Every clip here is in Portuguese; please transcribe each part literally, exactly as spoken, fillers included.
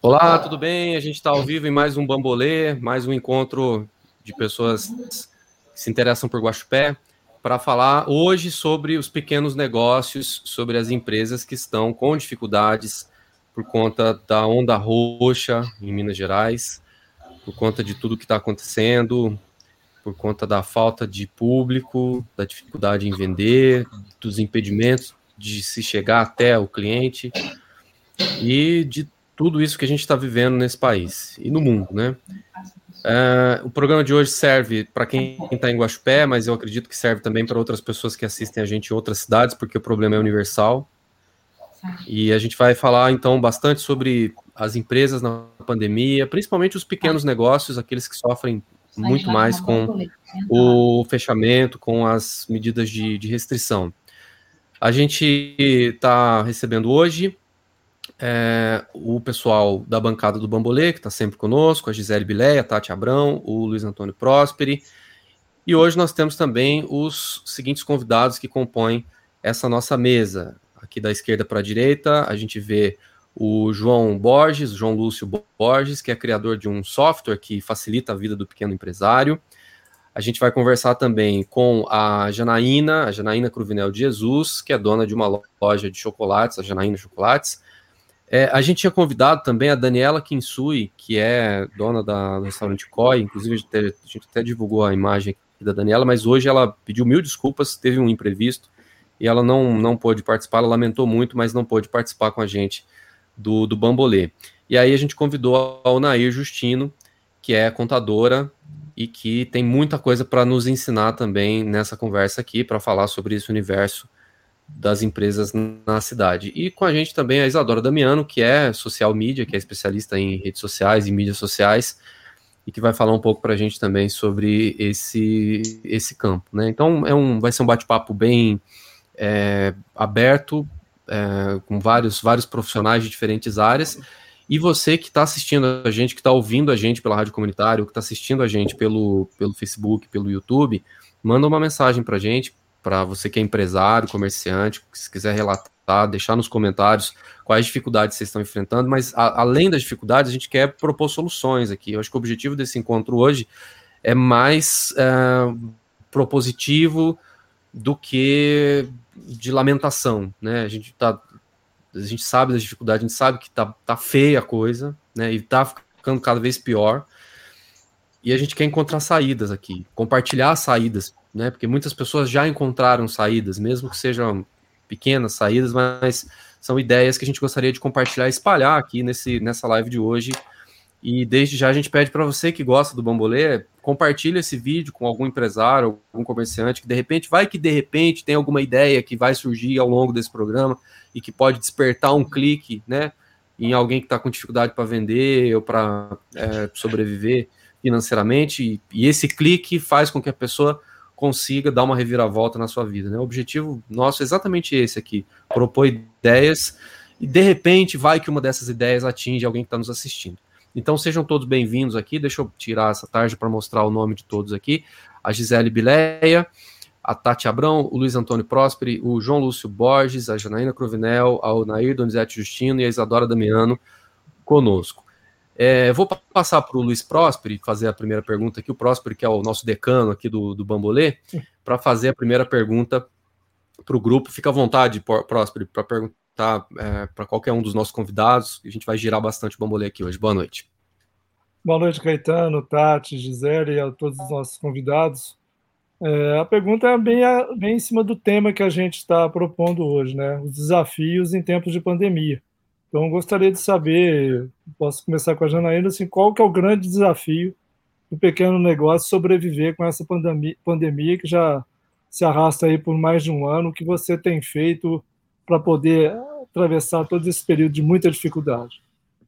Olá, tudo bem? A gente está ao vivo em mais um Bambolê, mais um encontro de pessoas que se interessam por Guaxupé, para falar hoje sobre os pequenos negócios, sobre as empresas que estão com dificuldades por conta da onda roxa em Minas Gerais, por conta de tudo que está acontecendo, por conta da falta de público, da dificuldade em vender, dos impedimentos de se chegar até o cliente e de tudo isso que a gente está vivendo nesse país e no mundo, né? Uh, o programa de hoje serve para quem está em Guaxupé, mas eu acredito que serve também para outras pessoas que assistem a gente em outras cidades, porque o problema é universal. E a gente vai falar, então, bastante sobre as empresas na pandemia, principalmente os pequenos negócios, aqueles que sofrem muito mais com o fechamento, com as medidas de, de restrição. A gente está recebendo hoje É, o pessoal da bancada do Bambolê, que está sempre conosco, a Gisele Bileia, a Tati Abrão, o Luiz Antônio Prosperi, e hoje nós temos também os seguintes convidados que compõem essa nossa mesa. Aqui da esquerda para a direita, a gente vê o João Borges, o João Lúcio Borges, que é criador de um software que facilita a vida do pequeno empresário. A gente vai conversar também com a Janaína, a Janaína Cruvinel de Jesus, que é dona de uma loja de chocolates, a Janaína Chocolates. É, a gente tinha convidado também a Daniela Kinsui, que é dona da, do restaurante Koi, inclusive a gente, a gente até divulgou a imagem aqui da Daniela, mas hoje ela pediu mil desculpas, teve um imprevisto, e ela não, não pôde participar, ela lamentou muito, mas não pôde participar com a gente do, do Bambolê. E aí a gente convidou a Onair Justino, que é contadora, e que tem muita coisa para nos ensinar também nessa conversa aqui, para falar sobre esse universo das empresas na cidade. E com a gente também a Isadora Damiano, que é social media, que é especialista em redes sociais e mídias sociais, e que vai falar um pouco para a gente também sobre esse, esse campo, né? Então é um, vai ser um bate-papo bem é, aberto, é, com vários, vários profissionais de diferentes áreas, e você que está assistindo a gente, que está ouvindo a gente pela Rádio Comunitária, que está assistindo a gente pelo, pelo Facebook, pelo YouTube, manda uma mensagem para a gente, para você que é empresário, comerciante, se quiser relatar, deixar nos comentários quais dificuldades vocês estão enfrentando, mas a, além das dificuldades, a gente quer propor soluções aqui. Eu acho que o objetivo desse encontro hoje é mais é, propositivo do que de lamentação, né? A gente tá, a gente sabe das dificuldades, a gente sabe que tá, tá feia a coisa, né? E tá ficando cada vez pior. E a gente quer encontrar saídas aqui, compartilhar saídas, né? Porque muitas pessoas já encontraram saídas, mesmo que sejam pequenas saídas, mas são ideias que a gente gostaria de compartilhar e espalhar aqui nesse, nessa live de hoje. E desde já a gente pede para você que gosta do Bambolê, compartilhe esse vídeo com algum empresário, algum comerciante, que de repente, vai que de repente tem alguma ideia que vai surgir ao longo desse programa e que pode despertar um clique, né? Em alguém que está com dificuldade para vender ou para é, sobreviver financeiramente, e, e esse clique faz com que a pessoa consiga dar uma reviravolta na sua vida, né? O objetivo nosso é exatamente esse aqui, propor ideias e de repente vai que uma dessas ideias atinge alguém que está nos assistindo. Então sejam todos bem-vindos aqui, deixa eu tirar essa tarde para mostrar o nome de todos aqui, a Gisele Bileia, a Tati Abrão, o Luiz Antônio Prosperi, o João Lúcio Borges, a Janaína Cruvinel, a Onair Donizete Justino e a Isadora Damiano conosco. É, vou passar para o Luiz Prosperi fazer a primeira pergunta aqui, o Prosperi, que é o nosso decano aqui do, do Bambolê, para fazer a primeira pergunta para o grupo. Fica à vontade, Prosperi, para perguntar é, para qualquer um dos nossos convidados. A gente vai girar bastante o Bambolê aqui hoje. Boa noite. Boa noite, Caetano, Tati, Gisele e a todos os nossos convidados. É, a pergunta é bem, bem em cima do tema que a gente está propondo hoje, né? Os desafios em tempos de pandemia. Então, gostaria de saber, posso começar com a Janaína, assim, qual que é o grande desafio do pequeno negócio sobreviver com essa pandemia, pandemia que já se arrasta aí por mais de um ano, o que você tem feito para poder atravessar todo esse período de muita dificuldade?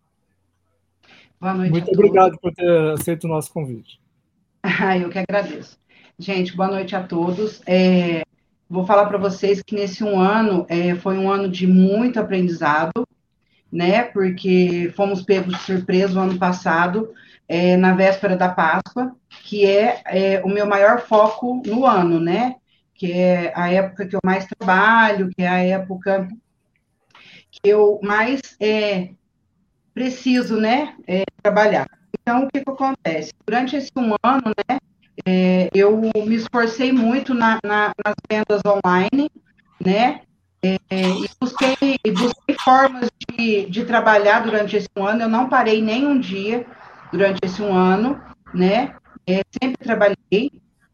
Boa noite. Muito obrigado por ter aceito o nosso convite. Ah, eu que agradeço. Gente, boa noite a todos. É, vou falar para vocês que nesse um ano é, foi um ano de muito aprendizado, né? Porque fomos pegos de surpresa o ano passado, é, na véspera da Páscoa, que é, é o meu maior foco no ano, né? Que é a época que eu mais trabalho, que é a época que eu mais é, preciso, né, é, trabalhar. Então, o que, que acontece? Durante esse um ano, né, é, eu me esforcei muito na, na, nas vendas online, né, é, e, busquei, e busquei formas de, de trabalhar durante esse um ano. Eu não parei nem um dia durante esse um ano, né, é, sempre trabalhei,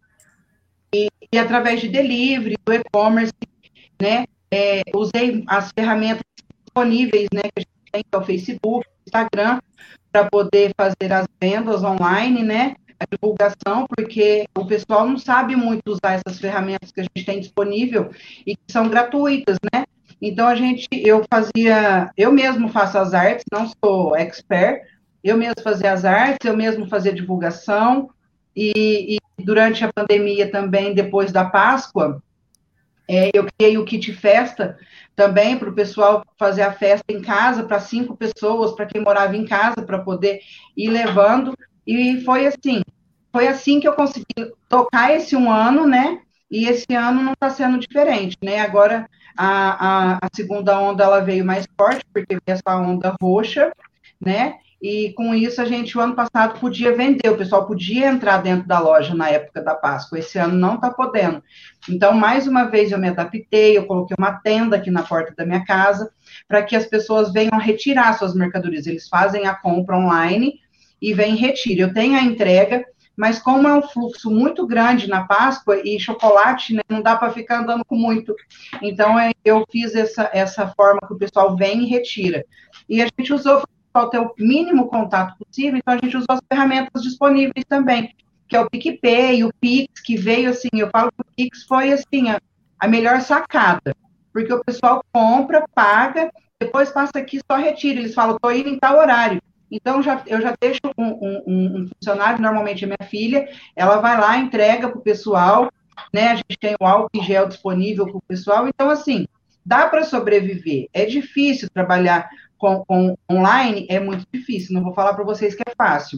e, e através de delivery, do e-commerce, né, é, usei as ferramentas disponíveis, né, que a gente tem, que é o Facebook, Instagram, para poder fazer as vendas online, né, a divulgação, porque o pessoal não sabe muito usar essas ferramentas que a gente tem disponível e que são gratuitas, né, então a gente, eu fazia, eu mesmo faço as artes, não sou expert, eu mesmo fazia as artes, eu mesmo fazia divulgação, e, e durante a pandemia também, depois da Páscoa, é, eu criei o kit festa também para o pessoal fazer a festa em casa, para cinco pessoas, para quem morava em casa, para poder ir levando. E foi assim, foi assim que eu consegui tocar esse um ano, né? E esse ano não está sendo diferente, né? Agora a, a, a segunda onda ela veio mais forte, porque veio essa onda roxa, né? E com isso a gente, o ano passado, podia vender, o pessoal podia entrar dentro da loja na época da Páscoa, esse ano não está podendo. Então, mais uma vez, eu me adaptei, eu coloquei uma tenda aqui na porta da minha casa, para que as pessoas venham retirar suas mercadorias. Eles fazem a compra online e vêm e retiram. Eu tenho a entrega, mas como é um fluxo muito grande na Páscoa, e chocolate, né, não dá para ficar andando com muito. Então, eu fiz essa, essa forma que o pessoal vem e retira. E a gente usou para ter o mínimo contato possível, então a gente usou as ferramentas disponíveis também, que é o PicPay, o Pix, que veio assim, eu falo que o Pix foi assim, a, a melhor sacada, porque o pessoal compra, paga, depois passa aqui e só retira, eles falam, estou indo em tal horário, então já, eu já deixo um, um, um funcionário, normalmente é minha filha, ela vai lá, entrega para o pessoal, né, a gente tem o álcool em gel disponível para o pessoal, então assim, dá para sobreviver, é difícil trabalhar Com, com online, é muito difícil, não vou falar para vocês que é fácil.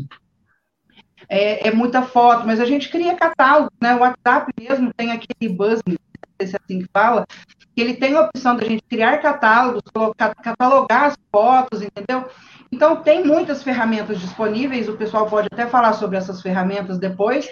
É, é muita foto, mas a gente cria catálogo, né? O WhatsApp mesmo tem aquele buzz, não sei se é assim que fala, que ele tem a opção da gente criar catálogos, colocar, catalogar as fotos, entendeu? Então, tem muitas ferramentas disponíveis, o pessoal pode até falar sobre essas ferramentas depois,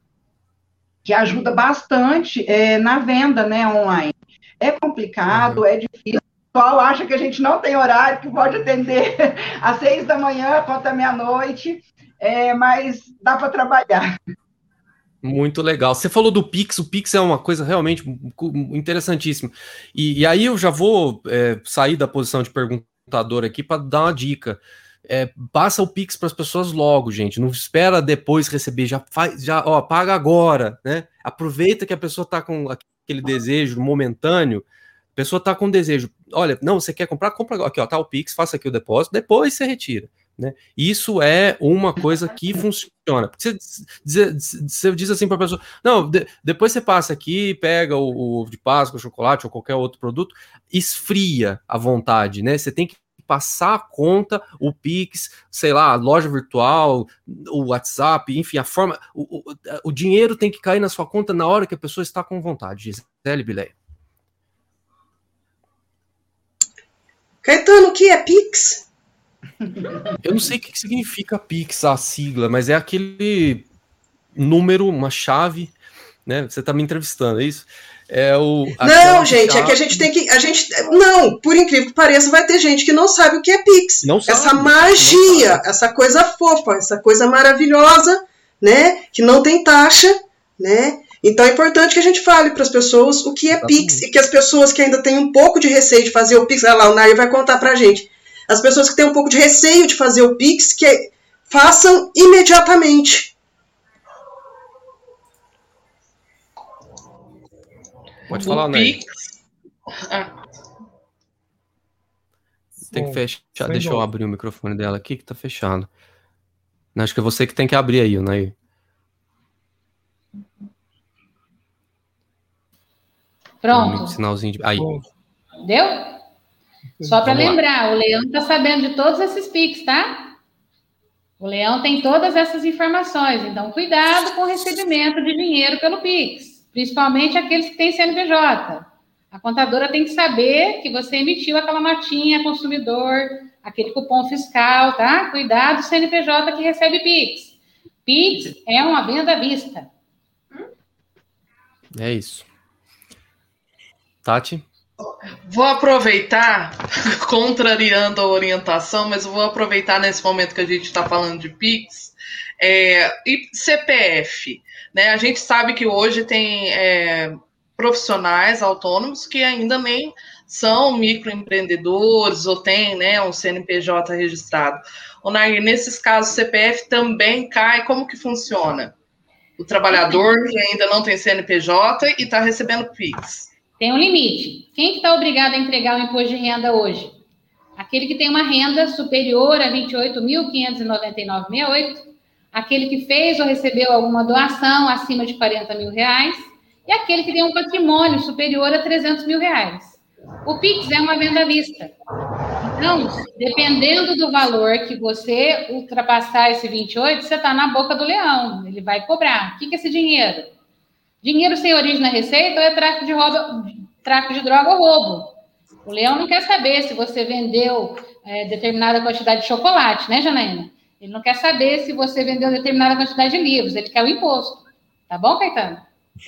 que ajuda bastante é, na venda, né, online. É complicado, uhum. É difícil. O pessoal acha que a gente não tem horário, que pode atender às seis da manhã, quanto à meia-noite, é, mas dá para trabalhar. Muito legal. Você falou do Pix, o Pix é uma coisa realmente interessantíssima. E, e aí eu já vou é, sair da posição de perguntador aqui para dar uma dica. É, passa o Pix para as pessoas logo, gente. Não espera depois receber, já faz, já, ó, paga agora, né? Aproveita que a pessoa está com aquele desejo momentâneo. A pessoa está com desejo, olha, não, você quer comprar? Compra agora, aqui, ó, tá o Pix, faça aqui o depósito, depois você retira, né? Isso é uma coisa que funciona. Porque você, você diz assim para a pessoa, não, de, depois você passa aqui, pega o, o de Páscoa, o chocolate ou qualquer outro produto, esfria a vontade, né? Você tem que passar a conta, o Pix, sei lá, a loja virtual, o WhatsApp, enfim, a forma, o, o, o dinheiro tem que cair na sua conta na hora que a pessoa está com vontade. Gisele Bileia. Caetano, o que é Pix? Eu não sei o que significa Pix, a sigla, mas é aquele número, uma chave, né? Você tá me entrevistando, é isso? É o, não, gente, chave... é que a gente tem que... A gente, não, por incrível que pareça, vai ter gente que não sabe o que é Pix. Não sabe, essa magia, não essa coisa fofa, essa coisa maravilhosa, né? Que não tem taxa, né? Então é importante que a gente fale para as pessoas o que é Exatamente. Pix, e que as pessoas que ainda têm um pouco de receio de fazer o Pix, olha lá, o Nair vai contar para a gente, as pessoas que têm um pouco de receio de fazer o Pix, que é, façam imediatamente. Pode falar, Nair. Ah. Tem que fechar, Sem deixa dó. eu abrir o microfone dela aqui, que tá fechado. Acho que é você que tem que abrir aí, Nair. Pronto. Um sinalzinho de... Aí. Deu? Só para lembrar, lá. O Leão está sabendo de todos esses Pix, tá? O Leão tem todas essas informações, então cuidado com o recebimento de dinheiro pelo Pix, principalmente aqueles que têm C N P J. A contadora tem que saber que você emitiu aquela notinha consumidor aquele cupom fiscal, tá? Cuidado, C N P J que recebe Pix. Pix é uma venda à vista. É isso. Tati? Vou aproveitar, contrariando a orientação, mas eu vou aproveitar nesse momento que a gente está falando de Pix, é, e C P F. Né? A gente sabe que hoje tem é, profissionais autônomos que ainda nem são microempreendedores ou têm, né, um C N P J registrado. O Nair, nesses casos, o C P F também cai. Como que funciona? O trabalhador que ainda não tem C N P J e está recebendo Pix. Tem um limite. Quem que está obrigado a entregar o imposto de renda hoje? Aquele que tem uma renda superior a vinte e oito mil, quinhentos e noventa e nove vírgula sessenta e oito, aquele que fez ou recebeu alguma doação acima de quarenta mil reais e aquele que tem um patrimônio superior a trezentos mil reais. O Pix é uma venda à vista. Então, dependendo do valor que você ultrapassar esse vinte e oito, você está na boca do leão. Ele vai cobrar. O que é esse dinheiro? Dinheiro sem origem na receita ou é tráfico de, roubo, tráfico de droga ou roubo? O leão não quer saber se você vendeu é, determinada quantidade de chocolate, né, Janaína? Ele não quer saber se você vendeu determinada quantidade de livros. Ele quer o imposto. Tá bom, Caetano?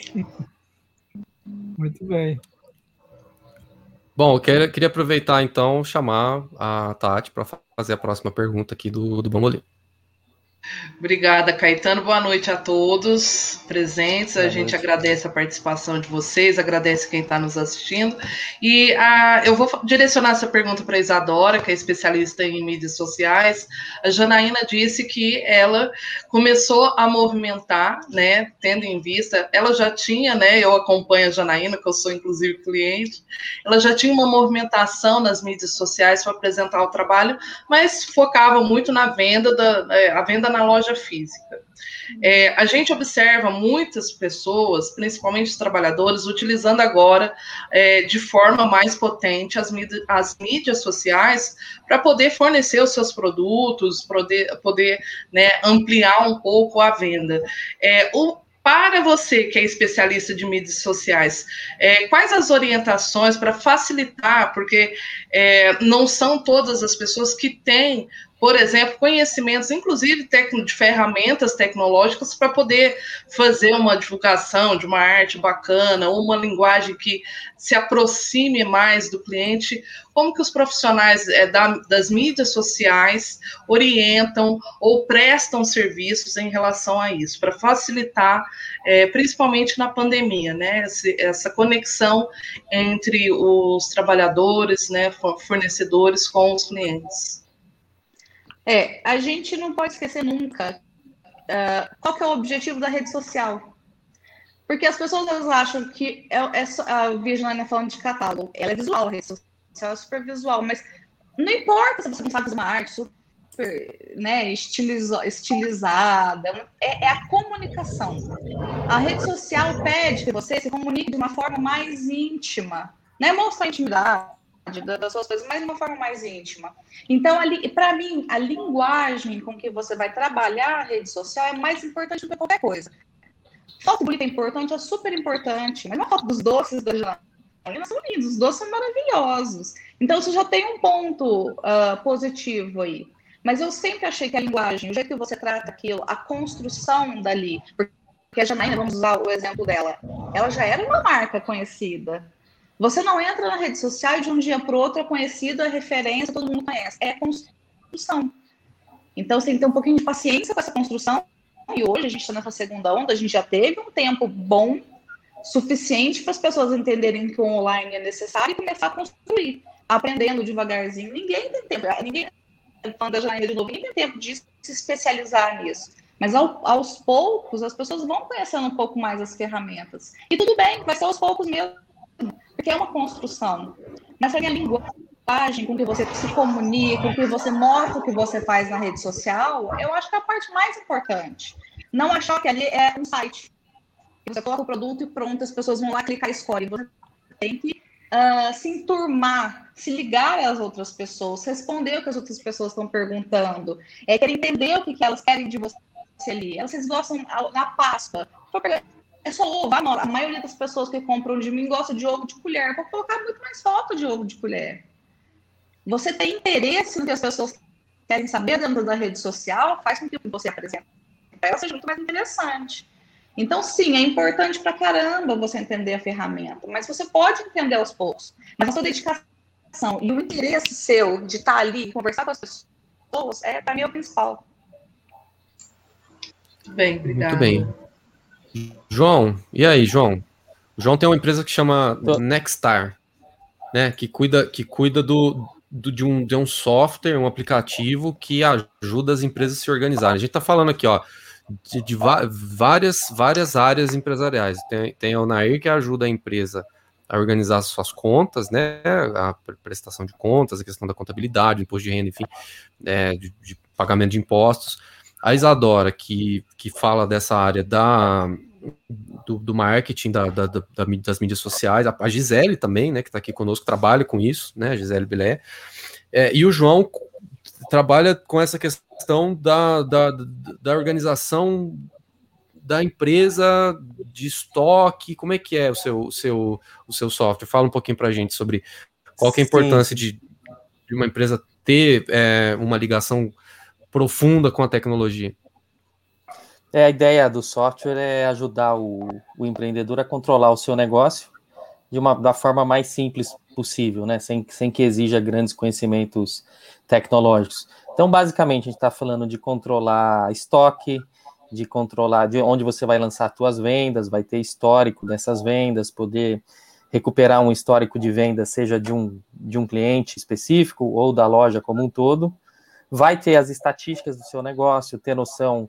Muito bem. Bom, eu queria, queria aproveitar, então, chamar a Tati para fazer a próxima pergunta aqui do, do Bambolê. Obrigada, Caetano. Boa noite a todos presentes. Boa a gente noite. agradece a participação de vocês, agradece quem está nos assistindo. E a, eu vou direcionar essa pergunta para a Isadora, que é especialista em mídias sociais. A Janaína disse que ela começou a movimentar, né, tendo em vista, ela já tinha, né, eu acompanho a Janaína, que eu sou inclusive cliente, ela já tinha uma movimentação nas mídias sociais para apresentar o trabalho, mas focava muito na venda, da, a venda na loja física. É, a gente observa muitas pessoas, principalmente os trabalhadores, utilizando agora é, de forma mais potente as mídias, as mídias sociais para poder fornecer os seus produtos, poder, poder né, ampliar um pouco a venda. É, o Para você que é especialista de mídias sociais, é, quais as orientações para facilitar, porque é, não são todas as pessoas que têm, por exemplo, conhecimentos, inclusive de ferramentas tecnológicas para poder fazer uma divulgação de uma arte bacana, ou uma linguagem que se aproxime mais do cliente. Como que os profissionais é, da, das mídias sociais orientam ou prestam serviços em relação a isso, para facilitar, é, principalmente na pandemia, né, essa, essa conexão entre os trabalhadores, né, fornecedores com os clientes? É, a gente não pode esquecer nunca uh, qual que é o objetivo da rede social. Porque as pessoas elas acham que é, é só, a Virginia falando de catálogo, ela é visual, a rede social é super visual, mas não importa se você não sabe fazer uma arte super, né, estilizo, estilizada, é, é a comunicação. A rede social pede que você se comunique de uma forma mais íntima, né, mostrar a intimidade das suas coisas, mas de uma forma mais íntima. Então, para mim, a linguagem com que você vai trabalhar a rede social é mais importante do que qualquer coisa. Foto bonita é importante, é super importante, mas uma foto dos doces da Janaína são lindos, os doces são maravilhosos. Então, você já tem um ponto uh, positivo aí. Mas eu sempre achei que a linguagem, o jeito que você trata aquilo, a construção dali, porque a Janaína, vamos usar o exemplo dela, ela já era uma marca conhecida. Você não entra na rede social e de um dia para o outro é conhecido, é referência, todo mundo conhece. É construção. Então, você tem que ter um pouquinho de paciência com essa construção. E hoje, a gente está nessa segunda onda, a gente já teve um tempo bom, suficiente para as pessoas entenderem que o online é necessário e começar a construir, aprendendo devagarzinho. Ninguém tem tempo, ninguém, falando da Janaína de novo, ninguém tem tempo de se especializar nisso. Mas ao, aos poucos, as pessoas vão conhecendo um pouco mais as ferramentas. E tudo bem, vai ser aos poucos mesmo. Porque é uma construção. Mas a minha linguagem, com que você se comunica, com que você mostra o que você faz na rede social, eu acho que é a parte mais importante. Não achar que ali é um site. Você coloca o produto e pronto, as pessoas vão lá clicar e escolhem. Você tem que uh, se enturmar, se ligar às outras pessoas, responder o que as outras pessoas estão perguntando, é, querer entender o que, que elas querem de você ali. Elas, vocês gostam na Páscoa. É só ovo. A maioria das pessoas que compram de mim gosta de ovo de colher. Vou colocar muito mais foto de ovo de colher. Você ter interesse no que as pessoas querem saber dentro da rede social faz com que o que você apresenta para ela seja muito mais interessante. Então, sim, é importante pra caramba você entender a ferramenta, mas você pode entender aos poucos. Mas a sua dedicação e o interesse seu de estar ali e conversar com as pessoas é, para mim, o principal. Bem, obrigada. Muito bem. João, e aí, João? O João tem uma empresa que chama Nextar, né? Que cuida, que cuida do, do, de, um, de um software, um aplicativo que ajuda as empresas a se organizarem. A gente está falando aqui, ó, de, de várias, várias áreas empresariais. Tem, tem a Onair, que ajuda a empresa a organizar as suas contas, né? A prestação de contas, a questão da contabilidade, imposto de renda, enfim, é, de, de pagamento de impostos. A Isadora, que, que fala dessa área da, do, do marketing, da, da, da, das mídias sociais, a Gisele também, né, que está aqui conosco, trabalha com isso, né, a Gisele Bilé, é, e o João trabalha com essa questão da, da, da organização da empresa, de estoque. Como é que é o seu, o seu, o seu software? Fala um pouquinho para a gente sobre qual que é a importância de, de uma empresa ter é, uma ligação profunda com a tecnologia. É, a ideia do software é ajudar o, o empreendedor a controlar o seu negócio de uma, da forma mais simples possível, né? Sem, sem que exija grandes conhecimentos tecnológicos. Então, basicamente, a gente está falando de controlar estoque, de controlar de onde você vai lançar as suas vendas, vai ter histórico dessas vendas, poder recuperar um histórico de vendas, seja de um, de um cliente específico ou da loja como um todo. Vai ter as estatísticas do seu negócio, ter noção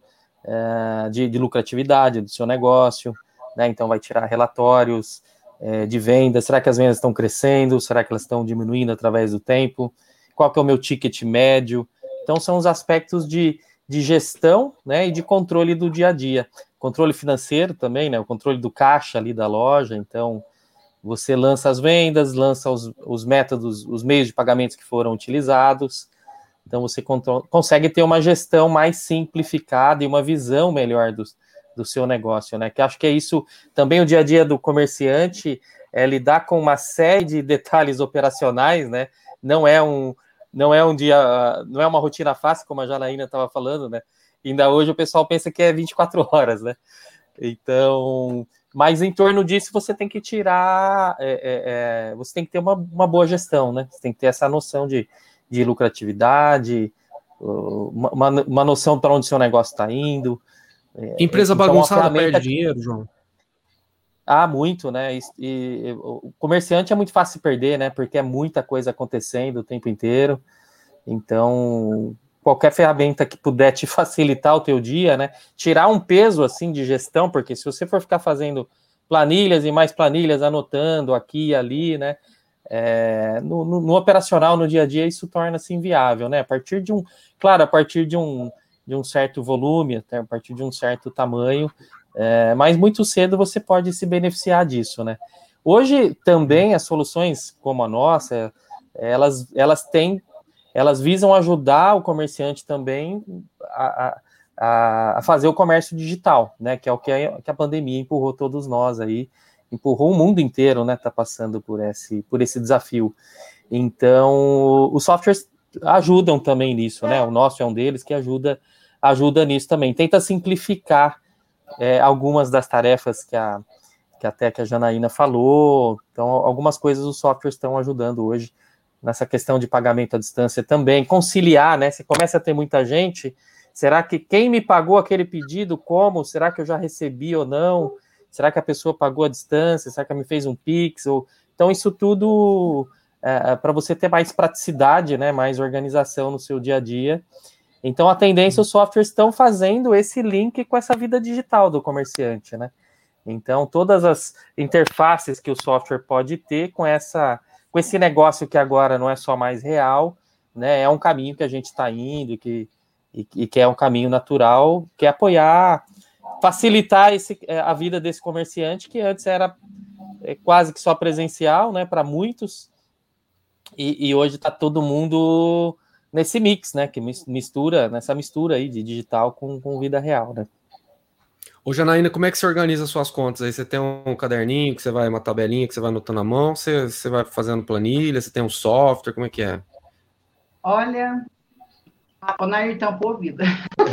é, de, de lucratividade do seu negócio, né? Então vai tirar relatórios é, de vendas, será que as vendas estão crescendo, será que elas estão diminuindo através do tempo, qual que é o meu ticket médio. Então são os aspectos de, de gestão, né, e de controle do dia a dia. Controle financeiro também, né, o controle do caixa ali da loja. Então você lança as vendas, lança os, os métodos, os meios de pagamentos que foram utilizados. Então, você consegue ter uma gestão mais simplificada e uma visão melhor do, do seu negócio, né? Que acho que é isso também o dia a dia do comerciante, é lidar com uma série de detalhes operacionais, né? Não é um, não é um dia, não é uma rotina fácil, como a Janaína estava falando, né? Ainda hoje o pessoal pensa que é vinte e quatro horas, né? Então, mas em torno disso você tem que tirar, é, é, é, você tem que ter uma, uma boa gestão, né? Você tem que ter essa noção de de lucratividade, uma, uma noção para onde seu negócio está indo. Empresa então, bagunçada perde dinheiro, João? Ah, muito, né? E, e, o comerciante é muito fácil perder, né? Porque é muita coisa acontecendo o tempo inteiro. Então, qualquer ferramenta que puder te facilitar o teu dia, né? Tirar um peso, assim, de gestão, porque se você for ficar fazendo planilhas e mais planilhas, anotando aqui e ali, né? É, no, no, no operacional, no dia a dia, isso torna-se inviável, né? A partir de um, claro, a partir de um, de um certo volume, até a partir de um certo tamanho, é, mas muito cedo você pode se beneficiar disso, né? Hoje também as soluções como a nossa, elas, elas têm, elas visam ajudar o comerciante também a, a, a fazer o comércio digital, né? Que é o que a, que a pandemia empurrou todos nós aí. Empurrou o mundo inteiro, né, tá passando por esse, por esse desafio. Então, os softwares ajudam também nisso, né, o nosso é um deles que ajuda, ajuda nisso também. Tenta simplificar é, algumas das tarefas que, a, que até que a Janaína falou. Então, algumas coisas os softwares estão ajudando hoje nessa questão de pagamento à distância também, conciliar, né, se começa a ter muita gente, será que quem me pagou aquele pedido, como? Será que eu já recebi ou não? Será que a pessoa pagou a distância? Será que ela me fez um Pix? Ou... Então, isso tudo é, para você ter mais praticidade, né, mais organização no seu dia a dia. Então, a tendência, os softwares estão fazendo esse link com essa vida digital do comerciante, né? Então, todas as interfaces que o software pode ter com, essa, com esse negócio que agora não é só mais real, né, é um caminho que a gente está indo que, e, e que é um caminho natural, que é apoiar... facilitar esse, a vida desse comerciante, que antes era quase que só presencial, né, para muitos, e, e hoje está todo mundo nesse mix, né, que mistura, nessa mistura aí de digital com, com vida real, né. Ô, Janaína, como é que você organiza suas contas aí? Você tem um caderninho, que você vai, uma tabelinha que você vai anotando na mão, você, você vai fazendo planilha, você tem um software, como é que é? Olha, o Nair tampou a vida.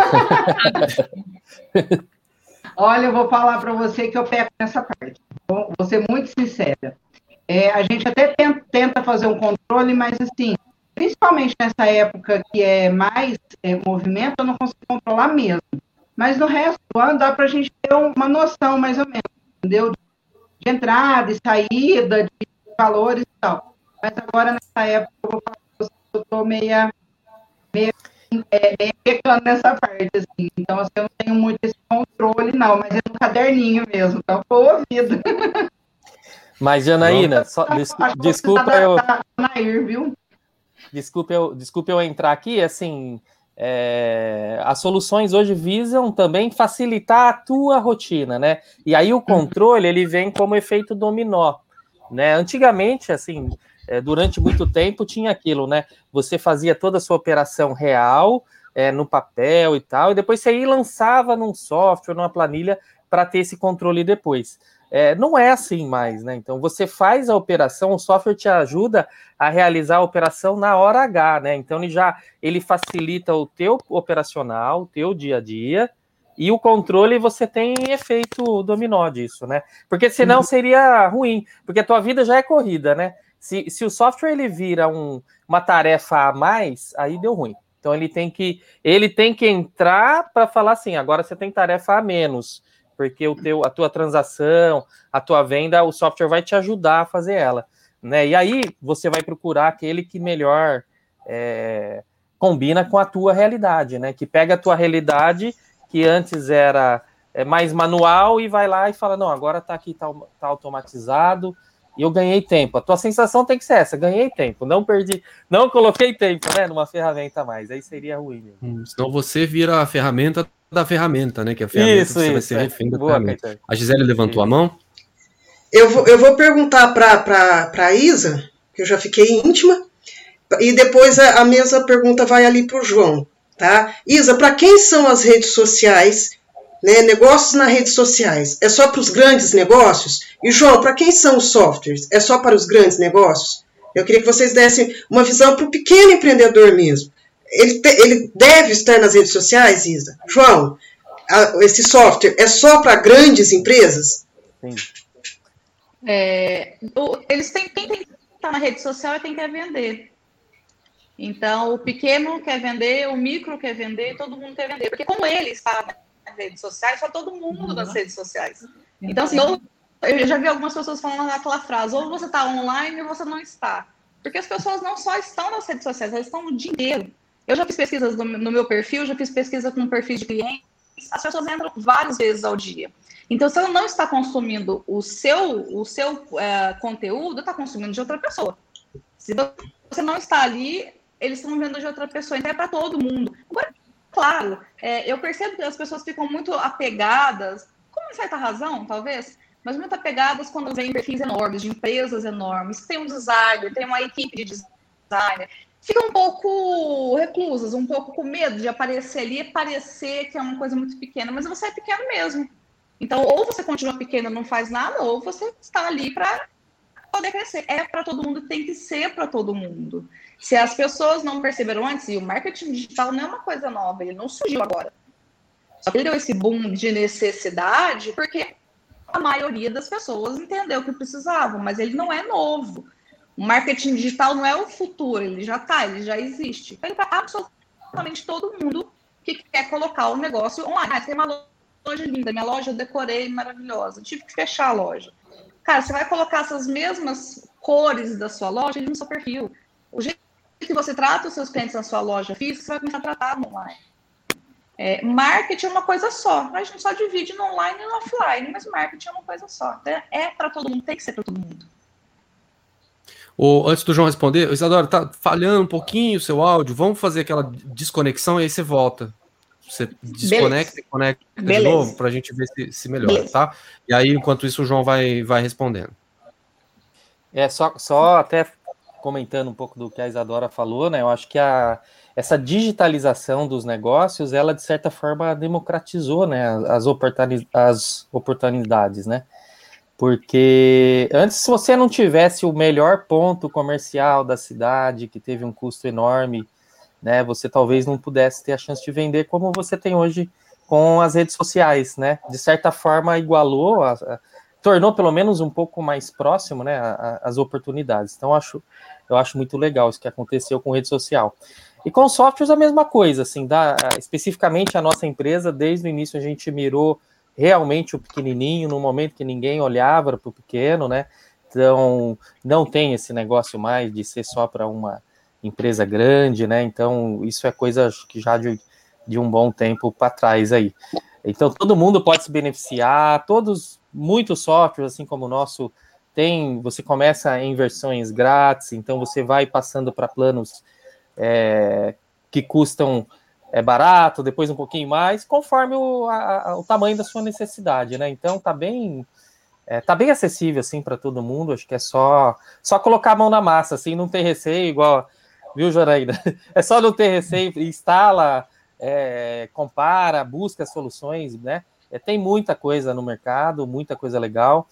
Olha, eu vou falar para você que eu peco nessa parte. Vou, vou ser muito sincera. É, a gente até tenta, tenta fazer um controle, mas assim, principalmente nessa época que é mais é, movimento, eu não consigo controlar mesmo. Mas no resto do ano dá para a gente ter uma noção, mais ou menos, entendeu? De entrada e saída, de valores e tal. Mas agora, nessa época, eu vou falar para você que eu estou meia, meia, é, meia pecando nessa parte, assim. Então, assim, eu não tenho muito esse controle, não, mas é no caderninho mesmo, tá boa vida. Mas, Janaína, só, des, desculpa tá, eu... Tá, Nair, viu? Desculpa eu, desculpa eu entrar aqui, assim... É, as soluções hoje visam também facilitar a tua rotina, né? E aí o controle, ele vem como efeito dominó, né? Antigamente, assim, é, durante muito tempo tinha aquilo, né? Você fazia toda a sua operação real, é, no papel e tal, e depois você ia e lançava num software, numa planilha, para ter esse controle depois. É, não é assim mais, né? Então, você faz a operação, o software te ajuda a realizar a operação na hora H, né? Então, ele já ele facilita o teu operacional, o teu dia a dia, e o controle você tem efeito dominó disso, né? Porque senão seria ruim, porque a tua vida já é corrida, né? Se, se o software ele vira um, uma tarefa a mais, aí deu ruim. Então, ele tem que, ele tem que entrar para falar assim, agora você tem tarefa a menos, porque o teu, a tua transação, a tua venda, o software vai te ajudar a fazer ela, né? E aí você vai procurar aquele que melhor é, combina com a tua realidade, né? Que pega a tua realidade, que antes era é, mais manual, e vai lá e fala, não, agora tá aqui, tá, tá automatizado, e eu ganhei tempo. A tua sensação tem que ser essa, ganhei tempo, não perdi, não coloquei tempo, né, numa ferramenta a mais, aí seria ruim mesmo. Hum, senão você vira a ferramenta da ferramenta, né? Que é a ferramenta isso, que você isso, vai ser refém é. da Boa, ferramenta. Caetano. A Gisele levantou isso. a mão? Eu vou, eu vou perguntar para a Isa, que eu já fiquei íntima, e depois a, a mesma pergunta vai ali para o João. Tá? Isa, para quem são as redes sociais, né, negócios nas redes sociais? É só para os grandes negócios? E João, para quem são os softwares? É só para os grandes negócios? Eu queria que vocês dessem uma visão para o pequeno empreendedor mesmo. Ele, te, ele deve estar nas redes sociais, Isa? João, a, esse software é só para grandes empresas? Sim. É, o, eles têm, quem tem que estar na rede social e tem que vender. Então, o pequeno quer vender, o micro quer vender, todo mundo quer vender. Porque como ele está nas redes sociais, está todo mundo nas redes sociais. Então, assim, eu, eu já vi algumas pessoas falando aquela frase, ou você está online ou você não está. Porque as pessoas não só estão nas redes sociais, elas estão o dia inteiro. Eu já fiz pesquisas no, no meu perfil, já fiz pesquisa com perfis de clientes, as pessoas entram várias vezes ao dia. Então, se ela não está consumindo o seu, o seu é, conteúdo, está consumindo de outra pessoa. Se você não está ali, eles estão vendo de outra pessoa, então é para todo mundo. Agora, claro, é, eu percebo que as pessoas ficam muito apegadas, com certa razão, talvez, mas muito apegadas quando vem perfis enormes, de empresas enormes, que tem um designer, tem uma equipe de designer, ficam um pouco reclusas, um pouco com medo de aparecer ali e parecer que é uma coisa muito pequena, mas você é pequeno mesmo. Então, ou você continua pequeno e não faz nada, ou você está ali para poder crescer. É para todo mundo, tem que ser para todo mundo. Se as pessoas não perceberam antes, e o marketing digital não é uma coisa nova, ele não surgiu agora. Só que ele deu esse boom de necessidade porque a maioria das pessoas entendeu o que precisavam, mas ele não é novo. O marketing digital não é o futuro, ele já está, ele já existe. Ele para absolutamente todo mundo que quer colocar o negócio online. Ah, tem uma loja linda, minha loja eu decorei maravilhosa, tive que fechar a loja. Cara, você vai colocar essas mesmas cores da sua loja no seu perfil. O jeito que você trata os seus clientes na sua loja física, você vai começar a tratar no online. É, marketing é uma coisa só. A gente só divide no online e no offline, mas marketing é uma coisa só. Então, é para todo mundo, tem que ser para todo mundo. O, antes do João responder, Isadora, tá falhando um pouquinho o seu áudio, vamos fazer aquela desconexão e aí você volta. Você desconecta Beleza. e conecta Beleza. de novo para a gente ver se, se melhora, Beleza. tá? E aí, enquanto isso, o João vai, vai respondendo. É, só, só até comentando um pouco do que a Isadora falou, né? Eu acho que a, essa digitalização dos negócios, ela, de certa forma, democratizou, né, as, oportuni- as oportunidades, né? Porque antes, se você não tivesse o melhor ponto comercial da cidade, que teve um custo enorme né, você talvez não pudesse ter a chance de vender como você tem hoje com as redes sociais, né? De certa forma, igualou, a, a, tornou pelo menos um pouco mais próximo, né, a, a, as oportunidades. Então, eu acho, eu acho muito legal isso que aconteceu com rede social. E com softwares, a mesma coisa, assim, da, especificamente a nossa empresa, desde o início a gente mirou realmente o pequenininho, no momento que ninguém olhava para o pequeno, né? Então, não tem esse negócio mais de ser só para uma empresa grande, né? Então, isso é coisa que já de, de um bom tempo para trás aí. Então, todo mundo pode se beneficiar, todos, muitos softwares, assim como o nosso, tem, você começa em versões grátis, então você vai passando para planos é, que custam é, barato, depois um pouquinho mais, conforme o, a, o tamanho da sua necessidade, né? Então, tá bem... É, tá bem acessível, assim, para todo mundo. Acho que é só, só colocar a mão na massa, assim, não ter receio, igual, viu, Janaína? É só não ter receio, instala, é, compara, busca soluções, né? É, tem muita coisa no mercado, muita coisa legal,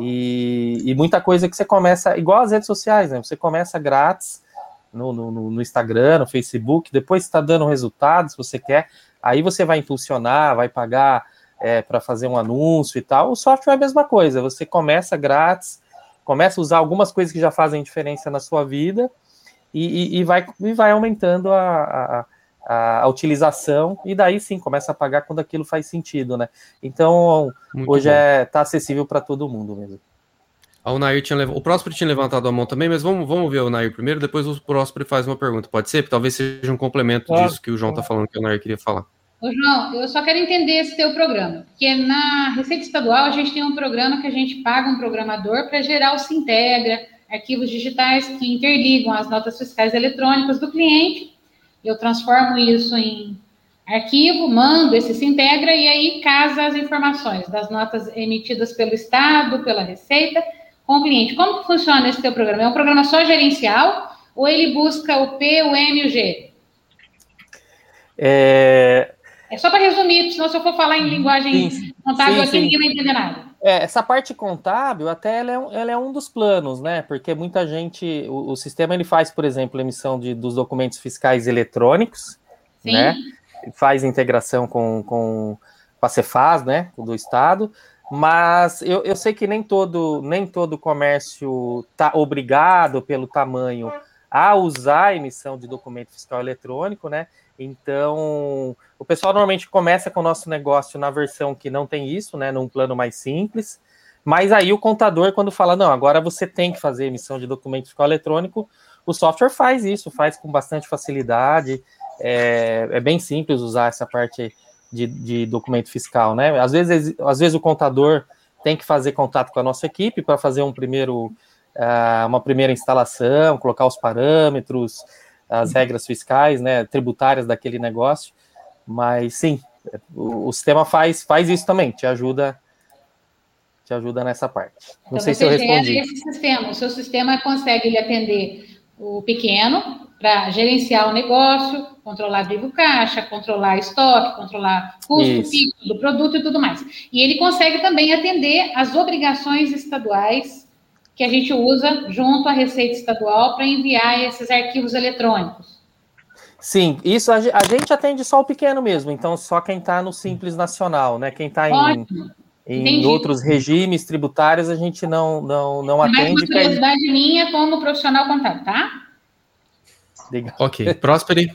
e, e muita coisa que você começa, igual as redes sociais, né? Você começa grátis no, no, no Instagram, no Facebook, depois está dando resultado, se você quer, aí você vai impulsionar, vai pagar... É, para fazer um anúncio e tal. O software é a mesma coisa, você começa grátis, começa a usar algumas coisas que já fazem diferença na sua vida e, e, e, vai, e vai aumentando a, a, a utilização, e daí sim, começa a pagar quando aquilo faz sentido, né? Então, muito hoje está é, tá acessível para todo mundo mesmo. O Nair tinha lev... o Próspero tinha levantado a mão também, mas vamos, vamos ver o Nair primeiro, depois o Próspero faz uma pergunta, pode ser? Talvez seja um complemento ah, disso que o João está falando, que o Nair queria falar. Ô, João, eu só quero entender esse teu programa, porque na Receita Estadual a gente tem um programa que a gente paga um programador para gerar o Sintegra, arquivos digitais que interligam as notas fiscais eletrônicas do cliente. Eu transformo isso em arquivo, mando esse Sintegra e aí casa as informações das notas emitidas pelo Estado, pela Receita, com o cliente. Como que funciona esse teu programa? É um programa só gerencial ou ele busca o P, o M e o G? É... É só para resumir, senão se eu for falar em linguagem sim, contábil sim, aqui, sim. ninguém vai entender nada. É, essa parte contábil, até ela é, um, ela é um dos planos, né? Porque muita gente, o, o sistema ele faz, por exemplo, emissão de, dos documentos fiscais eletrônicos, sim. né? Faz integração com, com a Cefaz, né? Do Estado, mas eu, eu sei que nem todo, nem todo comércio está obrigado pelo tamanho a usar a emissão de documento fiscal eletrônico, né? Então, o pessoal normalmente começa com o nosso negócio na versão que não tem isso, né, num plano mais simples, mas aí o contador, quando fala, não, agora você tem que fazer emissão de documento fiscal eletrônico, o software faz isso, faz com bastante facilidade, é, é bem simples usar essa parte de, de documento fiscal, né? Às vezes, às vezes o contador tem que fazer contato com a nossa equipe para fazer um primeiro, uh, uma primeira instalação, colocar os parâmetros, as regras fiscais, né, tributárias daquele negócio, mas sim, o, o sistema faz, faz isso também, te ajuda, te ajuda nessa parte. Não então sei se eu respondi. Esse sistema, o seu sistema consegue ele atender o pequeno para gerenciar o negócio, controlar vivo caixa, controlar estoque, controlar custo fixo do produto e tudo mais. E ele consegue também atender as obrigações estaduais que a gente usa junto à Receita Estadual para enviar esses arquivos eletrônicos. Sim, isso a, a gente atende só o pequeno mesmo, então só quem está no Simples Nacional, né? Quem está em, em outros regimes tributários a gente não, não, não atende. Mais uma curiosidade aí... minha como profissional contábil, tá? Legal. Ok, Prósperi.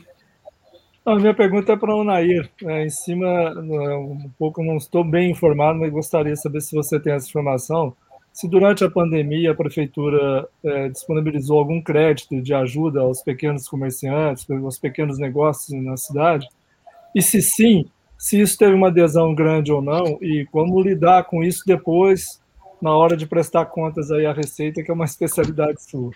A minha pergunta é para o Nair. É, em cima, um pouco não estou bem informado, mas gostaria de saber se você tem essa informação. Se durante a pandemia a prefeitura é, disponibilizou algum crédito de ajuda aos pequenos comerciantes, aos pequenos negócios na cidade, e se sim, se isso teve uma adesão grande ou não, e como lidar com isso depois, na hora de prestar contas aí à Receita, que é uma especialidade sua.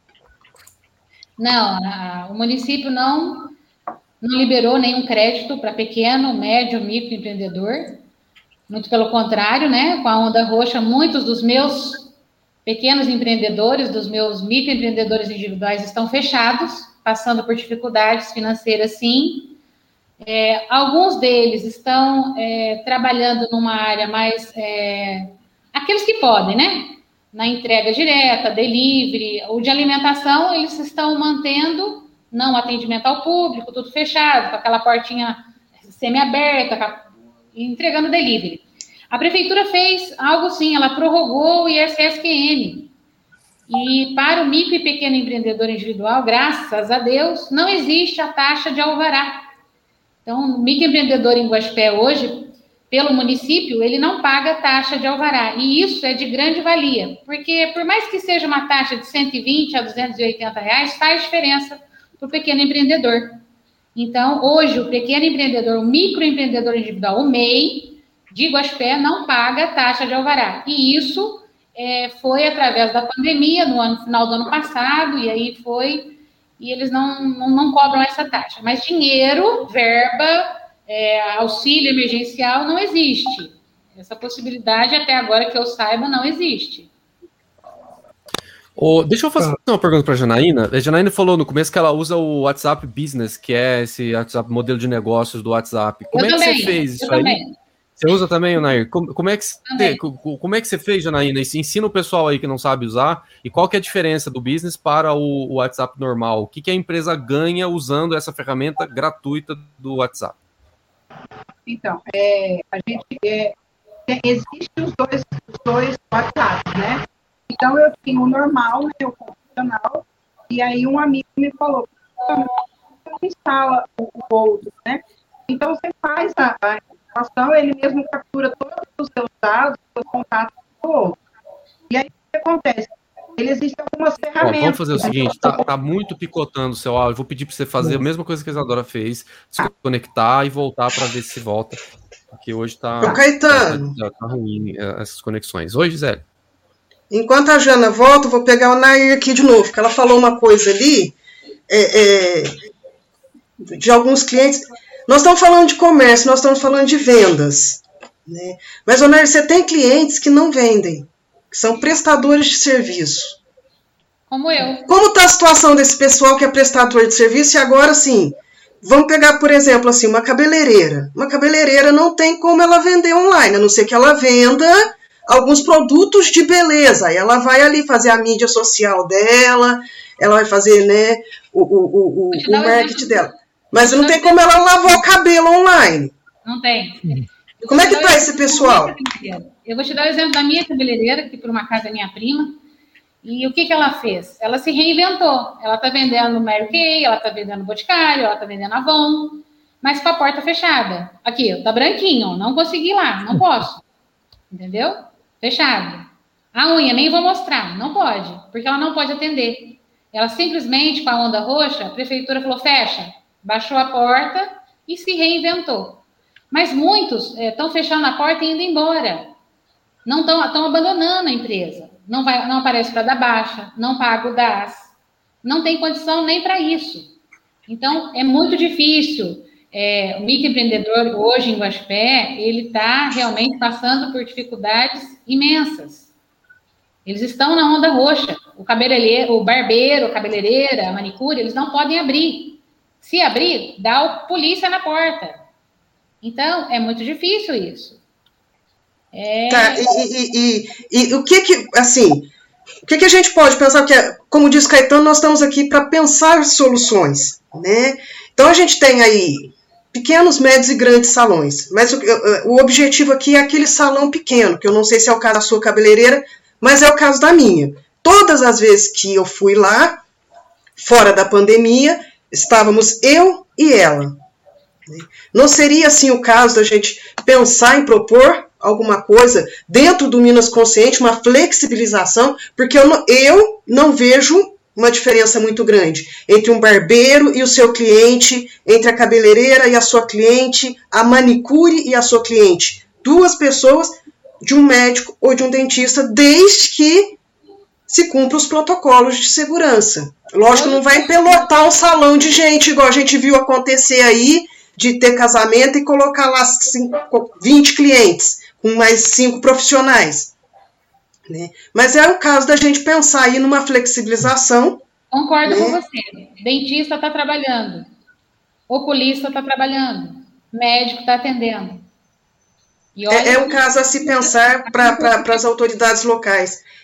Não, a, o município não, não liberou nenhum crédito para pequeno, médio, microempreendedor. Muito pelo contrário, né? Com a onda roxa, muitos dos meus pequenos empreendedores, dos meus microempreendedores individuais estão fechados, passando por dificuldades financeiras, sim. É, alguns deles estão é, trabalhando numa área mais... É, aqueles que podem, né? Na entrega direta, delivery, ou de alimentação, eles estão mantendo, não atendimento ao público, tudo fechado, com aquela portinha semi-aberta, entregando delivery. A prefeitura fez algo sim, ela prorrogou o I S S Q N. E para o micro e pequeno empreendedor individual, graças a Deus, não existe a taxa de alvará. Então, o microempreendedor em Guaxupé hoje, pelo município, ele não paga taxa de alvará. E isso é de grande valia, porque por mais que seja uma taxa de cento e vinte a duzentos e oitenta reais, faz diferença para o pequeno empreendedor. Então, hoje, o pequeno empreendedor, o microempreendedor individual, o M E I, de Guaxupé, não paga taxa de alvará. E isso é, foi através da pandemia, no ano, final do ano passado, e aí foi... e eles não, não, não cobram essa taxa. Mas dinheiro, verba, é, auxílio emergencial não existe. Essa possibilidade, até agora que eu saiba, não existe. Oh, deixa eu fazer uma pergunta para a Janaína. A Janaína falou no começo que ela usa o WhatsApp Business, que é esse WhatsApp, modelo de negócios do WhatsApp. Como eu é também, que você fez isso aí? Também. Você usa também, Nair? Como, como, é que você, como é que você fez, Janaína? Ensina o pessoal aí que não sabe usar. E qual que é a diferença do Business para o, o WhatsApp normal? O que, que a empresa ganha usando essa ferramenta gratuita do WhatsApp? Então, é, a gente... É, existem os dois, os dois WhatsApp, né? Então, eu tinha o normal, né, o convencional, e aí um amigo me falou, não instala o outro, né? Então, você faz a, a instalação, ele mesmo captura todos os seus dados, os seus contatos do outro. E aí, o que acontece? Ele existe algumas ferramentas. Ó, vamos fazer o seguinte, tá, tá muito picotando o seu áudio, vou pedir para você fazer a mesma coisa que a Isadora fez, se conectar e voltar para ver se volta, porque hoje tá, tá, tá, tá ruim essas conexões. Oi, Gisele. Enquanto a Jana volta, eu vou pegar o Nair aqui de novo, porque ela falou uma coisa ali, é, é, de alguns clientes. Nós estamos falando de comércio, nós estamos falando de vendas. Né? Mas, ô Nair, você tem clientes que não vendem, que são prestadores de serviço. Como eu. Como está a situação desse pessoal que é prestador de serviço? E agora, sim, vamos pegar, por exemplo, assim, uma cabeleireira. Uma cabeleireira não tem como ela vender online, a não ser que ela venda alguns produtos de beleza, aí ela vai ali fazer a mídia social dela, ela vai fazer, né, o, o, o, o marketing dela. Mas não tem como ela lavar o cabelo online. Não tem. Como é que tá esse pessoal? Eu vou te dar o exemplo da minha cabeleireira, que por uma casa é minha prima, e o que que ela fez? Ela se reinventou. Ela tá vendendo Mary Kay, ela tá vendendo Boticário, ela tá vendendo Avon, mas com a porta fechada. Aqui, tá branquinho, não consegui ir lá, não posso. Entendeu? Fechado. A unha, nem vou mostrar, não pode, porque ela não pode atender. Ela simplesmente, com a onda roxa, a prefeitura falou, fecha, baixou a porta e se reinventou. Mas muitos estão é, fechando a porta e indo embora. Não estão abandonando a empresa. Não, vai, não aparece para dar baixa, não paga o D A S, não tem condição nem para isso. Então, é muito difícil. É, o microempreendedor hoje em Guaxupé, ele está realmente passando por dificuldades imensas. Eles estão na onda roxa. O cabeleireiro, o barbeiro, a cabeleireira, a manicure, eles não podem abrir. Se abrir, dá a polícia na porta. Então, é muito difícil isso. É... Tá, e, e, e, e o que que, assim, o que que a gente pode pensar? Porque, como diz Caetano, nós estamos aqui para pensar soluções, né? Então, a gente tem aí pequenos, médios e grandes salões. Mas o, o objetivo aqui é aquele salão pequeno, que eu não sei se é o caso da sua cabeleireira, mas é o caso da minha. Todas as vezes que eu fui lá, fora da pandemia, estávamos eu e ela. Não seria assim o caso da gente pensar em propor alguma coisa dentro do Minas Consciente, uma flexibilização, porque eu não, eu não vejo uma diferença muito grande entre um barbeiro e o seu cliente, entre a cabeleireira e a sua cliente, a manicure e a sua cliente. Duas pessoas de um médico ou de um dentista, desde que se cumpra os protocolos de segurança. Lógico, não vai empelotar um salão de gente, igual a gente viu acontecer aí, de ter casamento e colocar lá vinte clientes, com mais cinco profissionais. Né? Mas é o caso da gente pensar aí numa flexibilização. Concordo, né? Com você. Dentista está trabalhando, oculista está trabalhando, médico está atendendo. E olha, é, é um caso a se pensar para pra, as autoridades locais.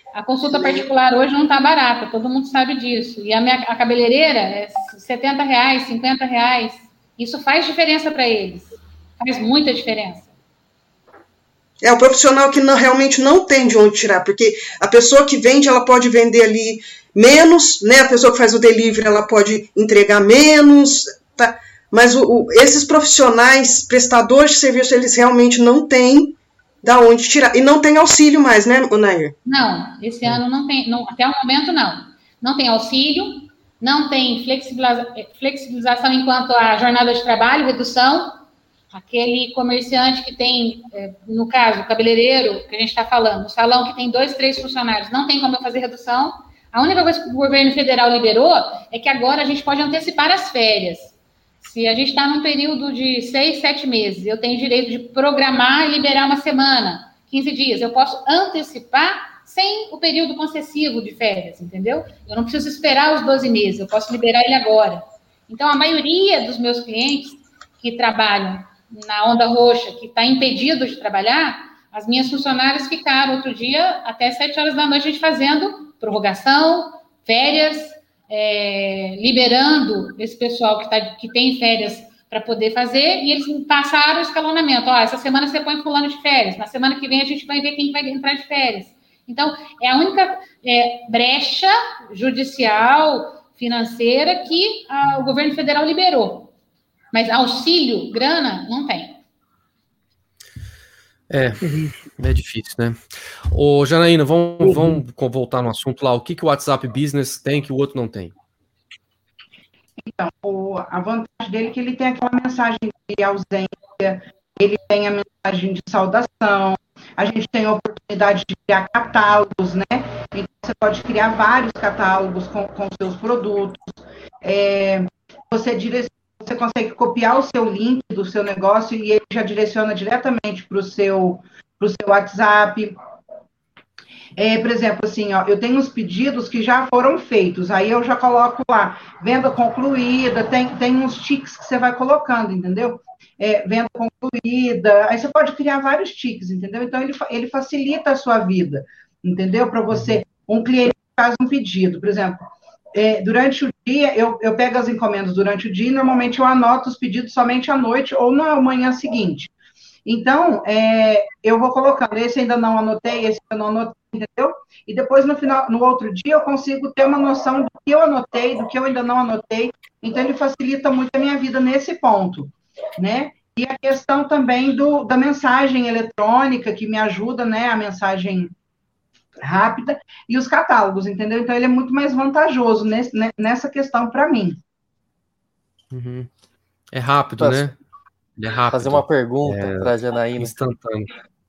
A consulta particular hoje não está barata, todo mundo sabe disso. E a, minha, a cabeleireira é setenta reais, cinquenta reais. Isso faz diferença para eles. Faz muita diferença. É o profissional que não, realmente não tem de onde tirar, porque a pessoa que vende, ela pode vender ali menos, né? A pessoa que faz o delivery, ela pode entregar menos, tá? Mas o, o, esses profissionais, prestadores de serviço, eles realmente não têm da onde tirar. E não tem auxílio mais, né, Nair? Não, esse ano não tem, não, até o momento não. Não tem auxílio, não tem flexibiliza, flexibilização enquanto a jornada de trabalho, redução. Aquele comerciante que tem, no caso, o cabeleireiro, que a gente está falando, o salão que tem dois, três funcionários, não tem como eu fazer redução. A única coisa que o governo federal liberou é que agora a gente pode antecipar as férias. Se a gente está num período de seis, sete meses, eu tenho direito de programar e liberar uma semana, quinze dias. Eu posso antecipar sem o período concessivo de férias, entendeu? Eu não preciso esperar os doze meses, eu posso liberar ele agora. Então, a maioria dos meus clientes que trabalham na Onda Roxa, que está impedido de trabalhar, as minhas funcionárias ficaram outro dia até sete horas da noite a gente fazendo prorrogação, férias, é, liberando esse pessoal que, tá, que tem férias para poder fazer, e eles passaram o escalonamento. Ó, essa semana você põe fulano de férias, na semana que vem a gente vai ver quem vai entrar de férias. Então, é a única é, brecha judicial, financeira, que a, o governo federal liberou. Mas auxílio, grana, não tem. É, é difícil, né? Ô, Janaína, vamos, vamos voltar no assunto lá. O que, que o WhatsApp Business tem que o outro não tem? Então, o, a vantagem dele é que ele tem aquela mensagem de ausência, ele tem a mensagem de saudação, a gente tem a oportunidade de criar catálogos, né? Então, você pode criar vários catálogos com, com seus produtos. É, você direciona. Você consegue copiar o seu link do seu negócio e ele já direciona diretamente para o seu, pro seu WhatsApp. É, por exemplo, assim, ó, eu tenho uns pedidos que já foram feitos, aí eu já coloco lá, venda concluída, tem, tem uns tiques que você vai colocando, entendeu? É, venda concluída, aí você pode criar vários tiques, entendeu? Então, ele, ele facilita a sua vida, entendeu? Para você, um cliente faz um pedido, por exemplo, É, durante o dia, eu, eu pego as encomendas durante o dia e normalmente eu anoto os pedidos somente à noite ou na manhã seguinte. Então, é, eu vou colocando, esse ainda não anotei, esse eu não anotei, entendeu? E depois, no final, no outro dia, eu consigo ter uma noção do que eu anotei, do que eu ainda não anotei. Então, ele facilita muito a minha vida nesse ponto, né? E a questão também do, da mensagem eletrônica, que me ajuda, né? A mensagem rápida, e os catálogos, entendeu? Então, ele é muito mais vantajoso nesse, nessa questão para mim. Uhum. É rápido, Posso né? Ele é rápido. Fazer uma pergunta é... para a Janaína. Instantâneo.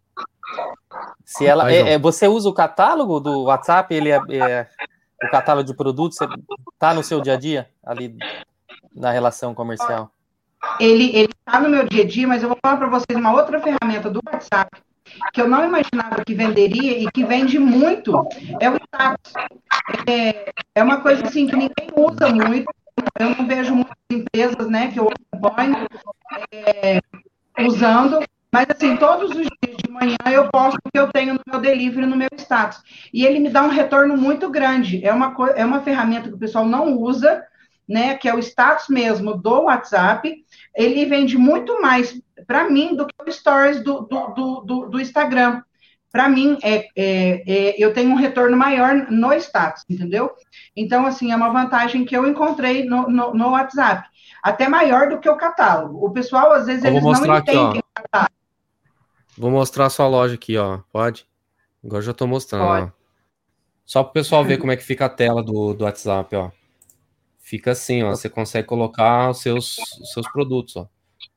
Se ela, é, é, você usa o catálogo do WhatsApp? Ele é, é o catálogo de produtos? Está no seu dia a dia, ali na relação comercial? Ele está no meu dia a dia, mas eu vou falar para vocês uma outra ferramenta do WhatsApp que eu não imaginava que venderia e que vende muito, é o status. É, é uma coisa assim que ninguém usa muito, eu não vejo muitas empresas, né, que eu acompanho é, usando, mas assim, todos os dias de manhã eu posto o que eu tenho no meu delivery, no meu status. E ele me dá um retorno muito grande. É uma, é uma ferramenta que o pessoal não usa, né, que é o status mesmo do WhatsApp. Ele vende muito mais para mim do que o Stories do, do, do, do Instagram. Para mim, é, é, é, eu tenho um retorno maior no status, entendeu? Então, assim, é uma vantagem que eu encontrei no, no, no WhatsApp. Até maior do que o catálogo. O pessoal, às vezes, eu eles não entendem o catálogo. Vou mostrar a sua loja aqui, ó. Pode? Agora já estou mostrando. Ó. Só para o pessoal ver como é que fica a tela do, do WhatsApp, ó. Fica assim, ó. Você consegue colocar os seus, os seus produtos, ó.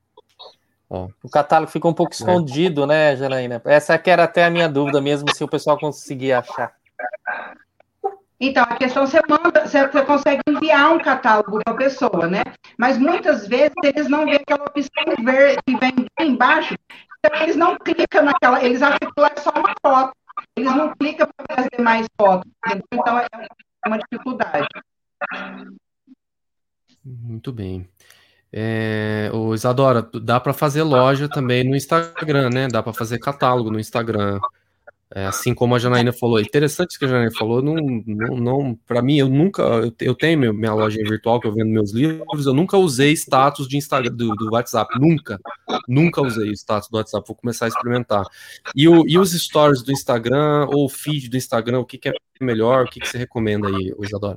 ó. O catálogo fica um pouco escondido, é. né, Janaína? Essa que era até a minha dúvida mesmo, se o pessoal conseguia achar. Então, a questão, você manda, você consegue enviar um catálogo para a pessoa, né? Mas muitas vezes eles não veem aquela opção verde que vem bem embaixo, então eles não clicam naquela, eles acham que é só uma foto, eles não clicam para fazer mais fotos, entendeu? Então é uma dificuldade. Muito bem. É, ô Isadora, dá para fazer loja também no Instagram, né? Dá para fazer catálogo no Instagram. É, assim como a Janaína falou, é interessante isso que a Janaína falou, não, não, não para mim, eu nunca, eu, eu tenho meu, minha loja virtual que eu vendo meus livros, eu nunca usei status de Instagram, do, do WhatsApp, nunca, nunca usei o status do WhatsApp, vou começar a experimentar. E, o, e os stories do Instagram, ou o feed do Instagram, o que, que é melhor, o que, que você recomenda aí, Isadora?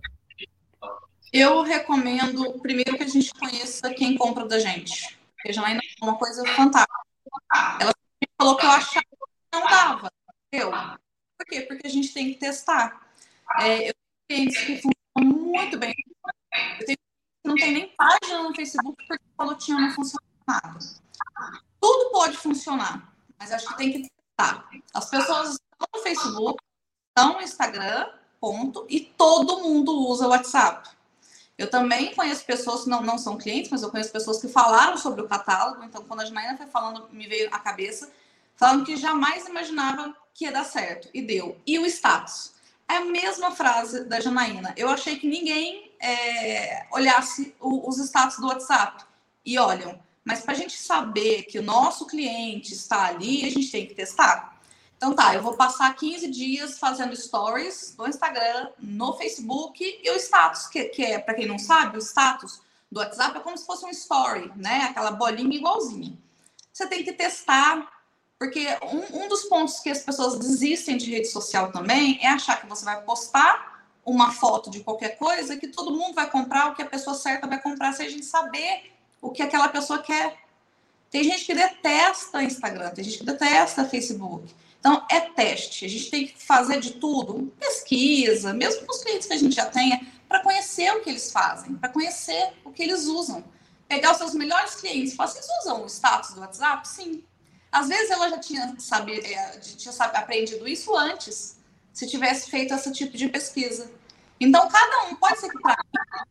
Eu recomendo, primeiro, que a gente conheça quem compra da gente, porque a Janaína é uma coisa fantástica. Ela falou que eu achava que não dava. Eu. Por quê? Porque a gente tem que testar. É, eu tenho clientes que funcionam muito bem. Eu tenho clientes que não tem nem página no Facebook porque o Palotinho não funciona nada. Tudo pode funcionar, mas acho que tem que testar. As pessoas estão no Facebook, estão no Instagram, ponto, e todo mundo usa o WhatsApp. Eu também conheço pessoas que não, não são clientes, mas eu conheço pessoas que falaram sobre o catálogo. Então, quando a Janaína foi falando, me veio à cabeça, falando que jamais imaginava que ia dar certo. E deu. E o status? É a mesma frase da Janaína. Eu achei que ninguém é, olhasse o, os status do WhatsApp. E olham. Mas para a gente saber que o nosso cliente está ali, a gente tem que testar. Então tá, eu vou passar quinze dias fazendo stories no Instagram, no Facebook e o status, que, que é, para quem não sabe, o status do WhatsApp é como se fosse um story, né? Aquela bolinha igualzinha. Você tem que testar, porque um, um dos pontos que as pessoas desistem de rede social também é achar que você vai postar uma foto de qualquer coisa que todo mundo vai comprar, o que a pessoa certa vai comprar, sem a gente saber o que aquela pessoa quer. Tem gente que detesta Instagram, tem gente que detesta Facebook. Então, é teste. A gente tem que fazer de tudo, pesquisa, mesmo com os clientes que a gente já tenha, para conhecer o que eles fazem, para conhecer o que eles usam. Pegar os seus melhores clientes e falar, vocês usam o status do WhatsApp? Sim. Às vezes ela já tinha, sabe, tinha sabe, aprendido isso antes, se tivesse feito esse tipo de pesquisa. Então, cada um, pode ser que para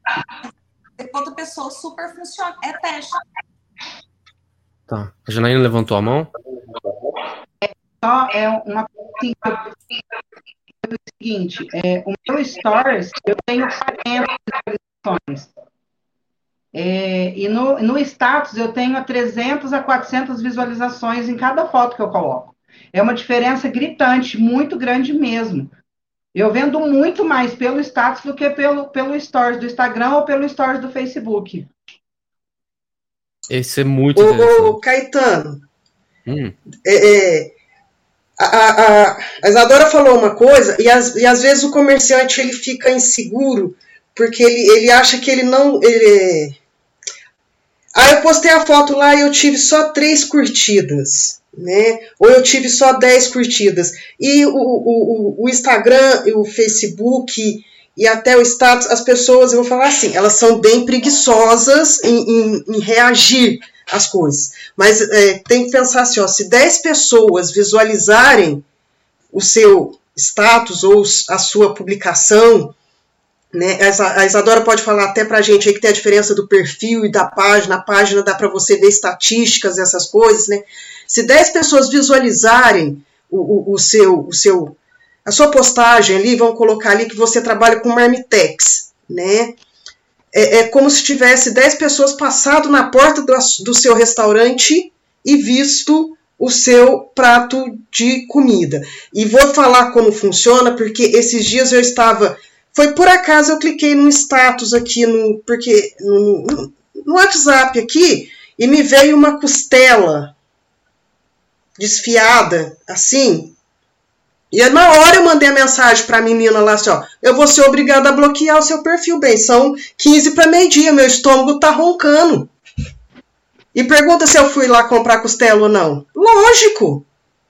outra pessoa super funcione. É teste. Tá. A Janaína levantou a mão? Só é uma coisa assim, é o seguinte, é, o meu Stories, eu tenho quarenta visualizações. É, e no, no status eu tenho trezentas a quatrocentas visualizações em cada foto que eu coloco. É uma diferença gritante, muito grande mesmo. Eu vendo muito mais pelo status do que pelo, pelo Stories do Instagram ou pelo Stories do Facebook. Esse é muito ô, interessante. Ô, Caetano, hum. é, é, a, a, a Isadora falou uma coisa, e, as, e às vezes o comerciante ele fica inseguro, porque ele, ele acha que ele não... Ele... Ah, eu postei a foto lá e eu tive só três curtidas, né? Ou eu tive só dez curtidas. E o, o, o Instagram, o Facebook e até o status, as pessoas, eu vou falar assim, elas são bem preguiçosas em, em, em reagir às coisas. Mas é, tem que pensar assim, ó, se dez pessoas visualizarem o seu status ou a sua publicação, né, a Isadora pode falar até pra gente aí que tem a diferença do perfil e da página. A página dá para você ver estatísticas, essas coisas, né? Se dez pessoas visualizarem o, o, o, seu, o seu, a sua postagem ali, vão colocar ali que você trabalha com Marmitex, né? É, é como se tivesse dez pessoas passado na porta do, do seu restaurante e visto o seu prato de comida. E vou falar como funciona, porque esses dias eu estava... Foi por acaso eu cliquei num status aqui, no, porque no, no, no WhatsApp aqui, e me veio uma costela desfiada, assim. E na hora eu mandei a mensagem para a menina lá, assim, ó, eu vou ser obrigada a bloquear o seu perfil, bem, são quinze para meio-dia, meu estômago tá roncando. E pergunta se eu fui lá comprar costela ou não. Lógico!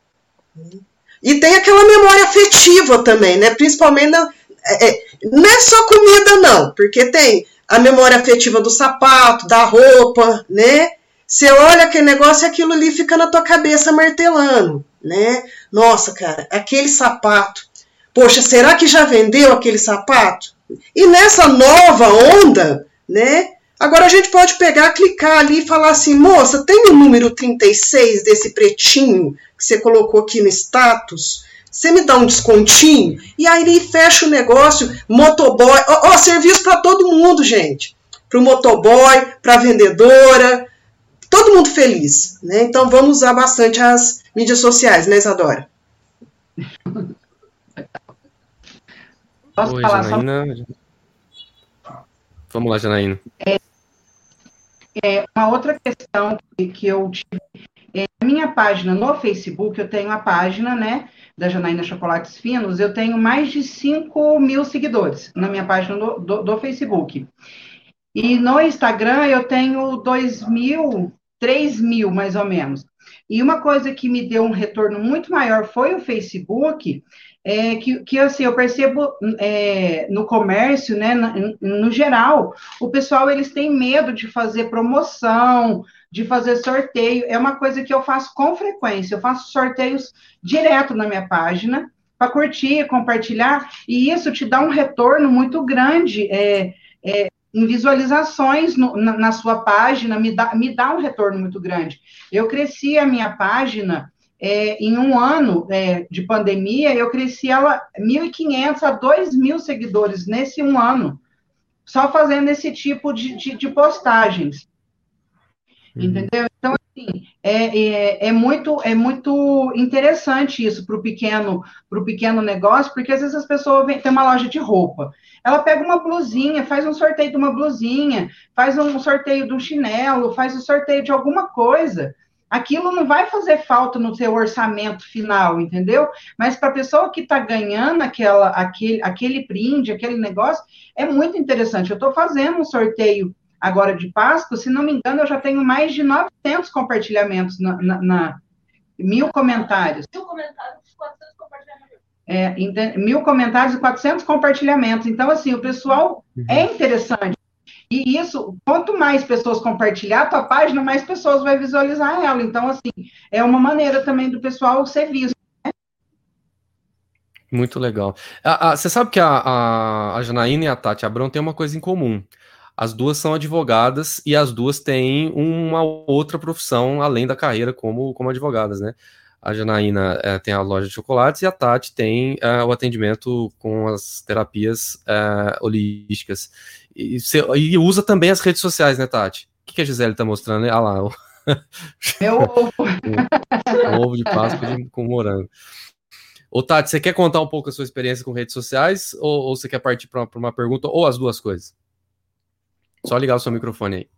E tem aquela memória afetiva também, né? Principalmente na... É, não é só comida, não, porque tem a memória afetiva do sapato, da roupa, né? Você olha aquele negócio e aquilo ali fica na tua cabeça martelando, né? Nossa, cara, aquele sapato. Poxa, será que já vendeu aquele sapato? E nessa nova onda, né? Agora a gente pode pegar, clicar ali e falar assim, moça, tem o número trinta e seis desse pretinho que você colocou aqui no status? Você me dá um descontinho? E aí ele fecha o negócio, motoboy, ó, ó serviço para todo mundo, gente. Para o motoboy, para a vendedora, todo mundo feliz, né? Então vamos usar bastante as mídias sociais, né, Isadora? Posso Oi, falar Janaína. Só... Vamos lá, Janaína. É, é, uma outra questão que, que eu tive, é, a minha página no Facebook, eu tenho a página, né, da Janaína Chocolates Finos, eu tenho mais de cinco mil seguidores na minha página do, do, do Facebook. E no Instagram eu tenho dois mil, três mil, mais ou menos. E uma coisa que me deu um retorno muito maior foi o Facebook, é, que, que assim, eu percebo é, no comércio, né, no, no geral, o pessoal, eles têm medo de fazer promoção, de fazer sorteio. É uma coisa que eu faço com frequência, eu faço sorteios direto na minha página, para curtir, compartilhar, e isso te dá um retorno muito grande, é, é, em visualizações no, na, na sua página, me dá, me dá um retorno muito grande. Eu cresci a minha página, é, em um ano é, de pandemia, eu cresci ela mil e quinhentos a dois mil seguidores nesse um ano, só fazendo esse tipo de, de, de postagens. Uhum. Entendeu? Então, assim, é, é, é, muito, é muito interessante isso para o pequeno, pro pequeno negócio, porque às vezes as pessoas vêm, tem uma loja de roupa, ela pega uma blusinha, faz um sorteio de uma blusinha, faz um sorteio de um chinelo, faz um sorteio de alguma coisa. Aquilo não vai fazer falta no seu orçamento final, entendeu? Mas para a pessoa que está ganhando aquela, aquele, aquele print, aquele negócio, é muito interessante. Eu estou fazendo um sorteio agora de Páscoa, se não me engano, eu já tenho mais de novecentos compartilhamentos, na, na, na mil comentários. Mil comentários, quatrocentos compartilhamentos. É, mil comentários e quatrocentos compartilhamentos. Então, assim, o pessoal uhum. é interessante. E isso, quanto mais pessoas compartilhar a tua página, mais pessoas vai visualizar ela. Então, assim, é uma maneira também do pessoal ser visto. Né? Muito legal. Ah, ah, você sabe que a, a, a Janaína e a Tati Abrão têm uma coisa em comum. As duas são advogadas e as duas têm uma outra profissão além da carreira como, como advogadas, né? A Janaína é, tem a loja de chocolates e a Tati tem é, o atendimento com as terapias é, holísticas. E, cê, e usa também as redes sociais, né, Tati? O que, que a Gisele tá mostrando? Olha lá, o... É o ovo. um, um ovo de Páscoa de, com morango. Ô, Tati, você quer contar um pouco a sua experiência com redes sociais ou, ou você quer partir para uma pergunta ou as duas coisas? Só ligar o seu microfone aí.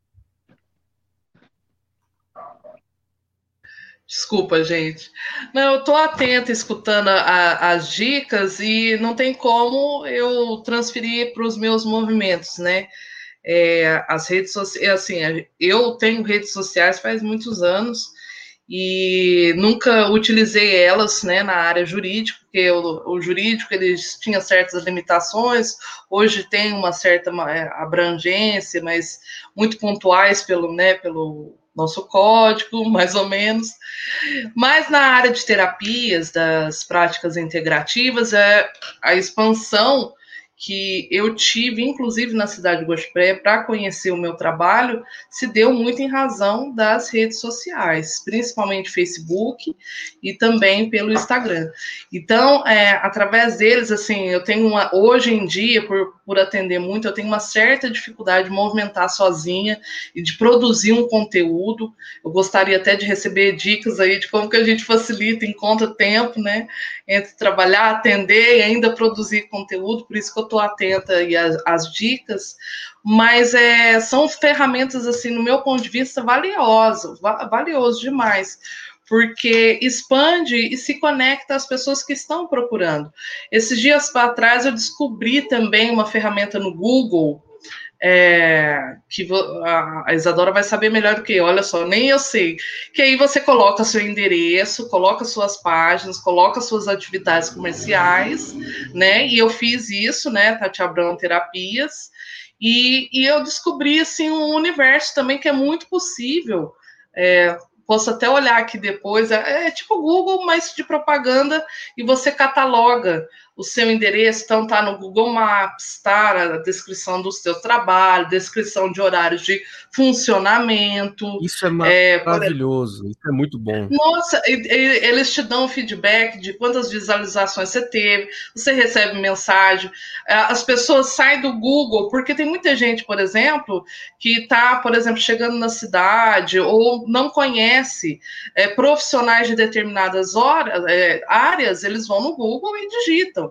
Desculpa, gente. Não, eu estou atenta, escutando a, as dicas e não tem como eu transferir para os meus movimentos, né? É, as redes sociais, assim, eu tenho redes sociais faz muitos anos e nunca utilizei elas, né, na área jurídica, porque o, o jurídico eles tinha certas limitações, hoje tem uma certa abrangência, mas muito pontuais pelo, né, pelo nosso código, mais ou menos. Mas na área de terapias, das práticas integrativas, é a expansão que eu tive, inclusive na cidade de Guaxupé, para conhecer o meu trabalho, se deu muito em razão das redes sociais, principalmente Facebook e também pelo Instagram. Então, é, através deles, assim, eu tenho uma, hoje em dia, por, por atender muito, eu tenho uma certa dificuldade de movimentar sozinha e de produzir um conteúdo. Eu gostaria até de receber dicas aí de como que a gente facilita, encontra tempo, né, entre trabalhar, atender e ainda produzir conteúdo, por isso que eu estou atenta aí às, às dicas, mas é, são ferramentas, assim, no meu ponto de vista, valiosas, valioso demais, porque expande e se conecta às pessoas que estão procurando. Esses dias para trás eu descobri também uma ferramenta no Google, É, que a Isadora vai saber melhor do que eu, olha só, nem eu sei, que aí você coloca seu endereço, coloca suas páginas, coloca suas atividades comerciais, né, e eu fiz isso, né, Tati Abrão Terapias, e, e eu descobri, assim, um universo também que é muito possível, é, posso até olhar aqui depois, é, é tipo Google, mas de propaganda, e você cataloga o seu endereço, então tá no Google Maps, tá a descrição do seu trabalho, descrição de horários de funcionamento. Isso é maravilhoso, é, isso é muito bom. Nossa, e, e, eles te dão feedback de quantas visualizações você teve, você recebe mensagem, as pessoas saem do Google, porque tem muita gente, por exemplo, que tá, por exemplo, chegando na cidade ou não conhece é, profissionais de determinadas horas, é, áreas, eles vão no Google e digitam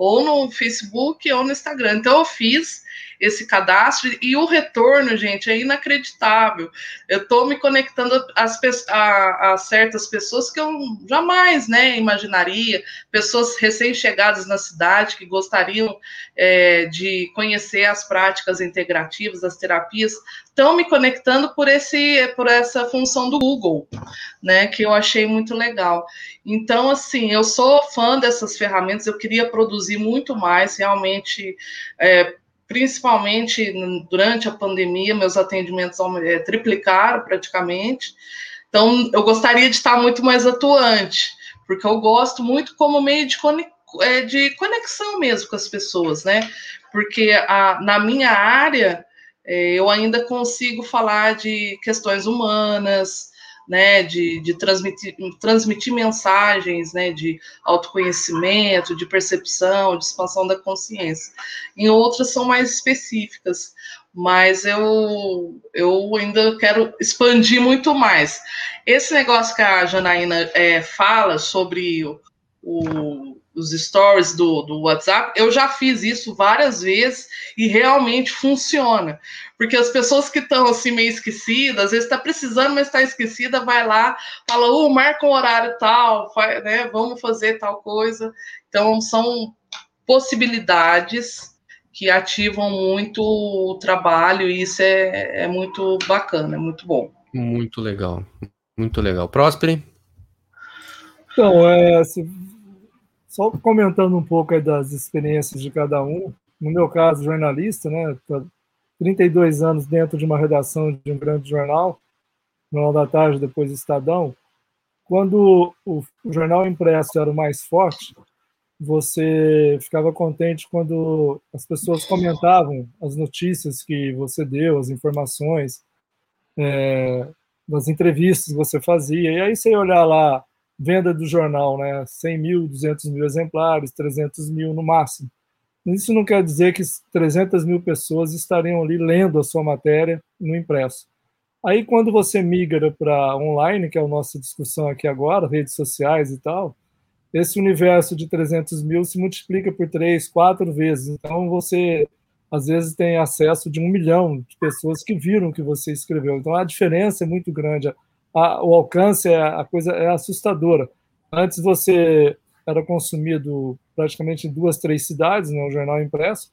ou no Facebook ou no Instagram. Então, eu fiz esse cadastro e o retorno, gente, é inacreditável. Eu estou me conectando às, a, a certas pessoas que eu jamais, né, imaginaria, pessoas recém-chegadas na cidade que gostariam é, de conhecer as práticas integrativas, as terapias, estão me conectando por, esse, por essa função do Google, né, que eu achei muito legal. Então, assim, eu sou fã dessas ferramentas, eu queria produzir muito mais, realmente, é, principalmente durante a pandemia, meus atendimentos é, triplicaram praticamente, então eu gostaria de estar muito mais atuante, porque eu gosto muito como meio de, é, de conexão mesmo com as pessoas, né, porque a, na minha área, é, eu ainda consigo falar de questões humanas, né, de, de transmitir, transmitir mensagens, né, de autoconhecimento, de percepção, de expansão da consciência. Em outras são mais específicas, mas eu, eu ainda quero expandir muito mais. Esse negócio que a Janaína é, fala sobre o, o, os stories do, do WhatsApp, eu já fiz isso várias vezes e realmente funciona. Porque as pessoas que estão assim meio esquecidas, às vezes está precisando, mas está esquecida, vai lá, fala, oh, marca um horário tal, vai, né, vamos fazer tal coisa. Então, são possibilidades que ativam muito o trabalho e isso é, é muito bacana, é muito bom. Muito legal, muito legal. Próspere? Então, é, se, só comentando um pouco aí das experiências de cada um, no meu caso, jornalista, né, trinta e dois anos dentro de uma redação de um grande jornal, Jornal da Tarde, depois Estadão, quando o, o jornal impresso era o mais forte, você ficava contente quando as pessoas comentavam as notícias que você deu, as informações, é, das entrevistas que você fazia, e aí você ia olhar lá, venda do jornal, né, cem mil, duzentos mil exemplares, trezentos mil no máximo. Isso não quer dizer que trezentas mil pessoas estariam ali lendo a sua matéria no impresso. Aí, quando você migra para online, que é a nossa discussão aqui agora, redes sociais e tal, esse universo de trezentos mil se multiplica por três, quatro vezes. Então, você, às vezes, tem acesso de um milhão de pessoas que viram o que você escreveu. Então, a diferença é muito grande. A, o alcance, é, a coisa é assustadora. Antes, você era consumido praticamente em duas, três cidades, né, o jornal impresso.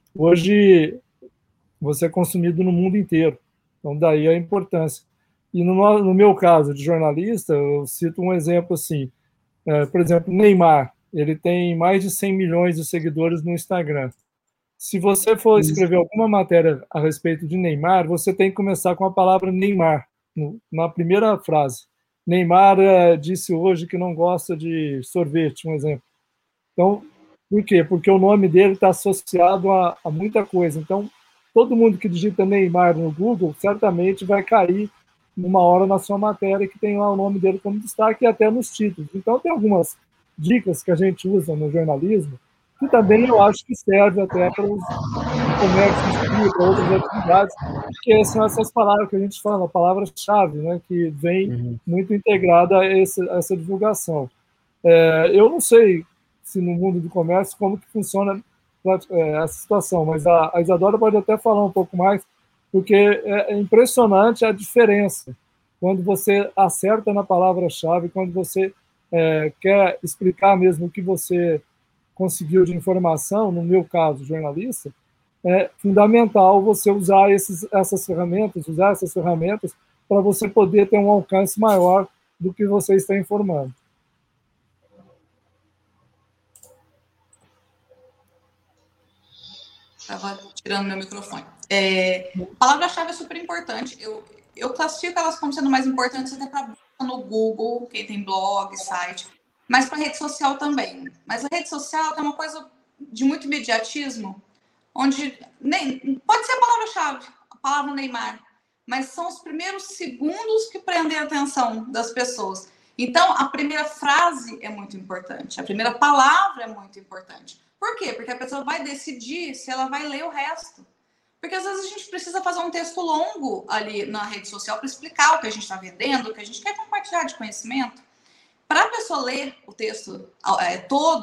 Hoje, você é consumido no mundo inteiro. Então, daí a importância. E no, no meu caso de jornalista, eu cito um exemplo assim, é, por exemplo, Neymar, ele tem mais de cem milhões de seguidores no Instagram. Se você for escrever alguma matéria a respeito de Neymar, você tem que começar com a palavra Neymar, no, na primeira frase. Neymar é, disse hoje que não gosta de sorvete, um exemplo. Então, por quê? Porque o nome dele está associado a, a muita coisa. Então, todo mundo que digita Neymar no Google, certamente vai cair numa hora na sua matéria que tem lá o nome dele como destaque e até nos títulos. Então, tem algumas dicas que a gente usa no jornalismo que também eu acho que serve até para os comércios, para outras atividades, que são essas palavras que a gente fala, palavras-chave, né, que vem uhum. muito integrada a essa, a essa divulgação. É, eu não sei se no mundo do comércio como que funciona essa situação, mas a, a Isadora pode até falar um pouco mais, porque é, é impressionante a diferença quando você acerta na palavra-chave, quando você é, quer explicar mesmo o que você conseguiu de informação, no meu caso, jornalista, é fundamental você usar esses, essas ferramentas, usar essas ferramentas para você poder ter um alcance maior do que você está informando. Estava tirando meu microfone. É, palavra-chave é super importante. Eu, eu classifico elas como sendo mais importantes até para no Google, quem tem blog, site, mas para rede social também. Mas a rede social tem uma coisa de muito imediatismo, onde nem, pode ser a palavra-chave, a palavra Neymar, mas são os primeiros segundos que prendem a atenção das pessoas. Então, a primeira frase é muito importante, a primeira palavra é muito importante. Por quê? Porque a pessoa vai decidir se ela vai ler o resto. Porque às vezes a gente precisa fazer um texto longo ali na rede social para explicar o que a gente está vendendo, o que a gente quer compartilhar de conhecimento. Para a pessoa ler o texto é, todo,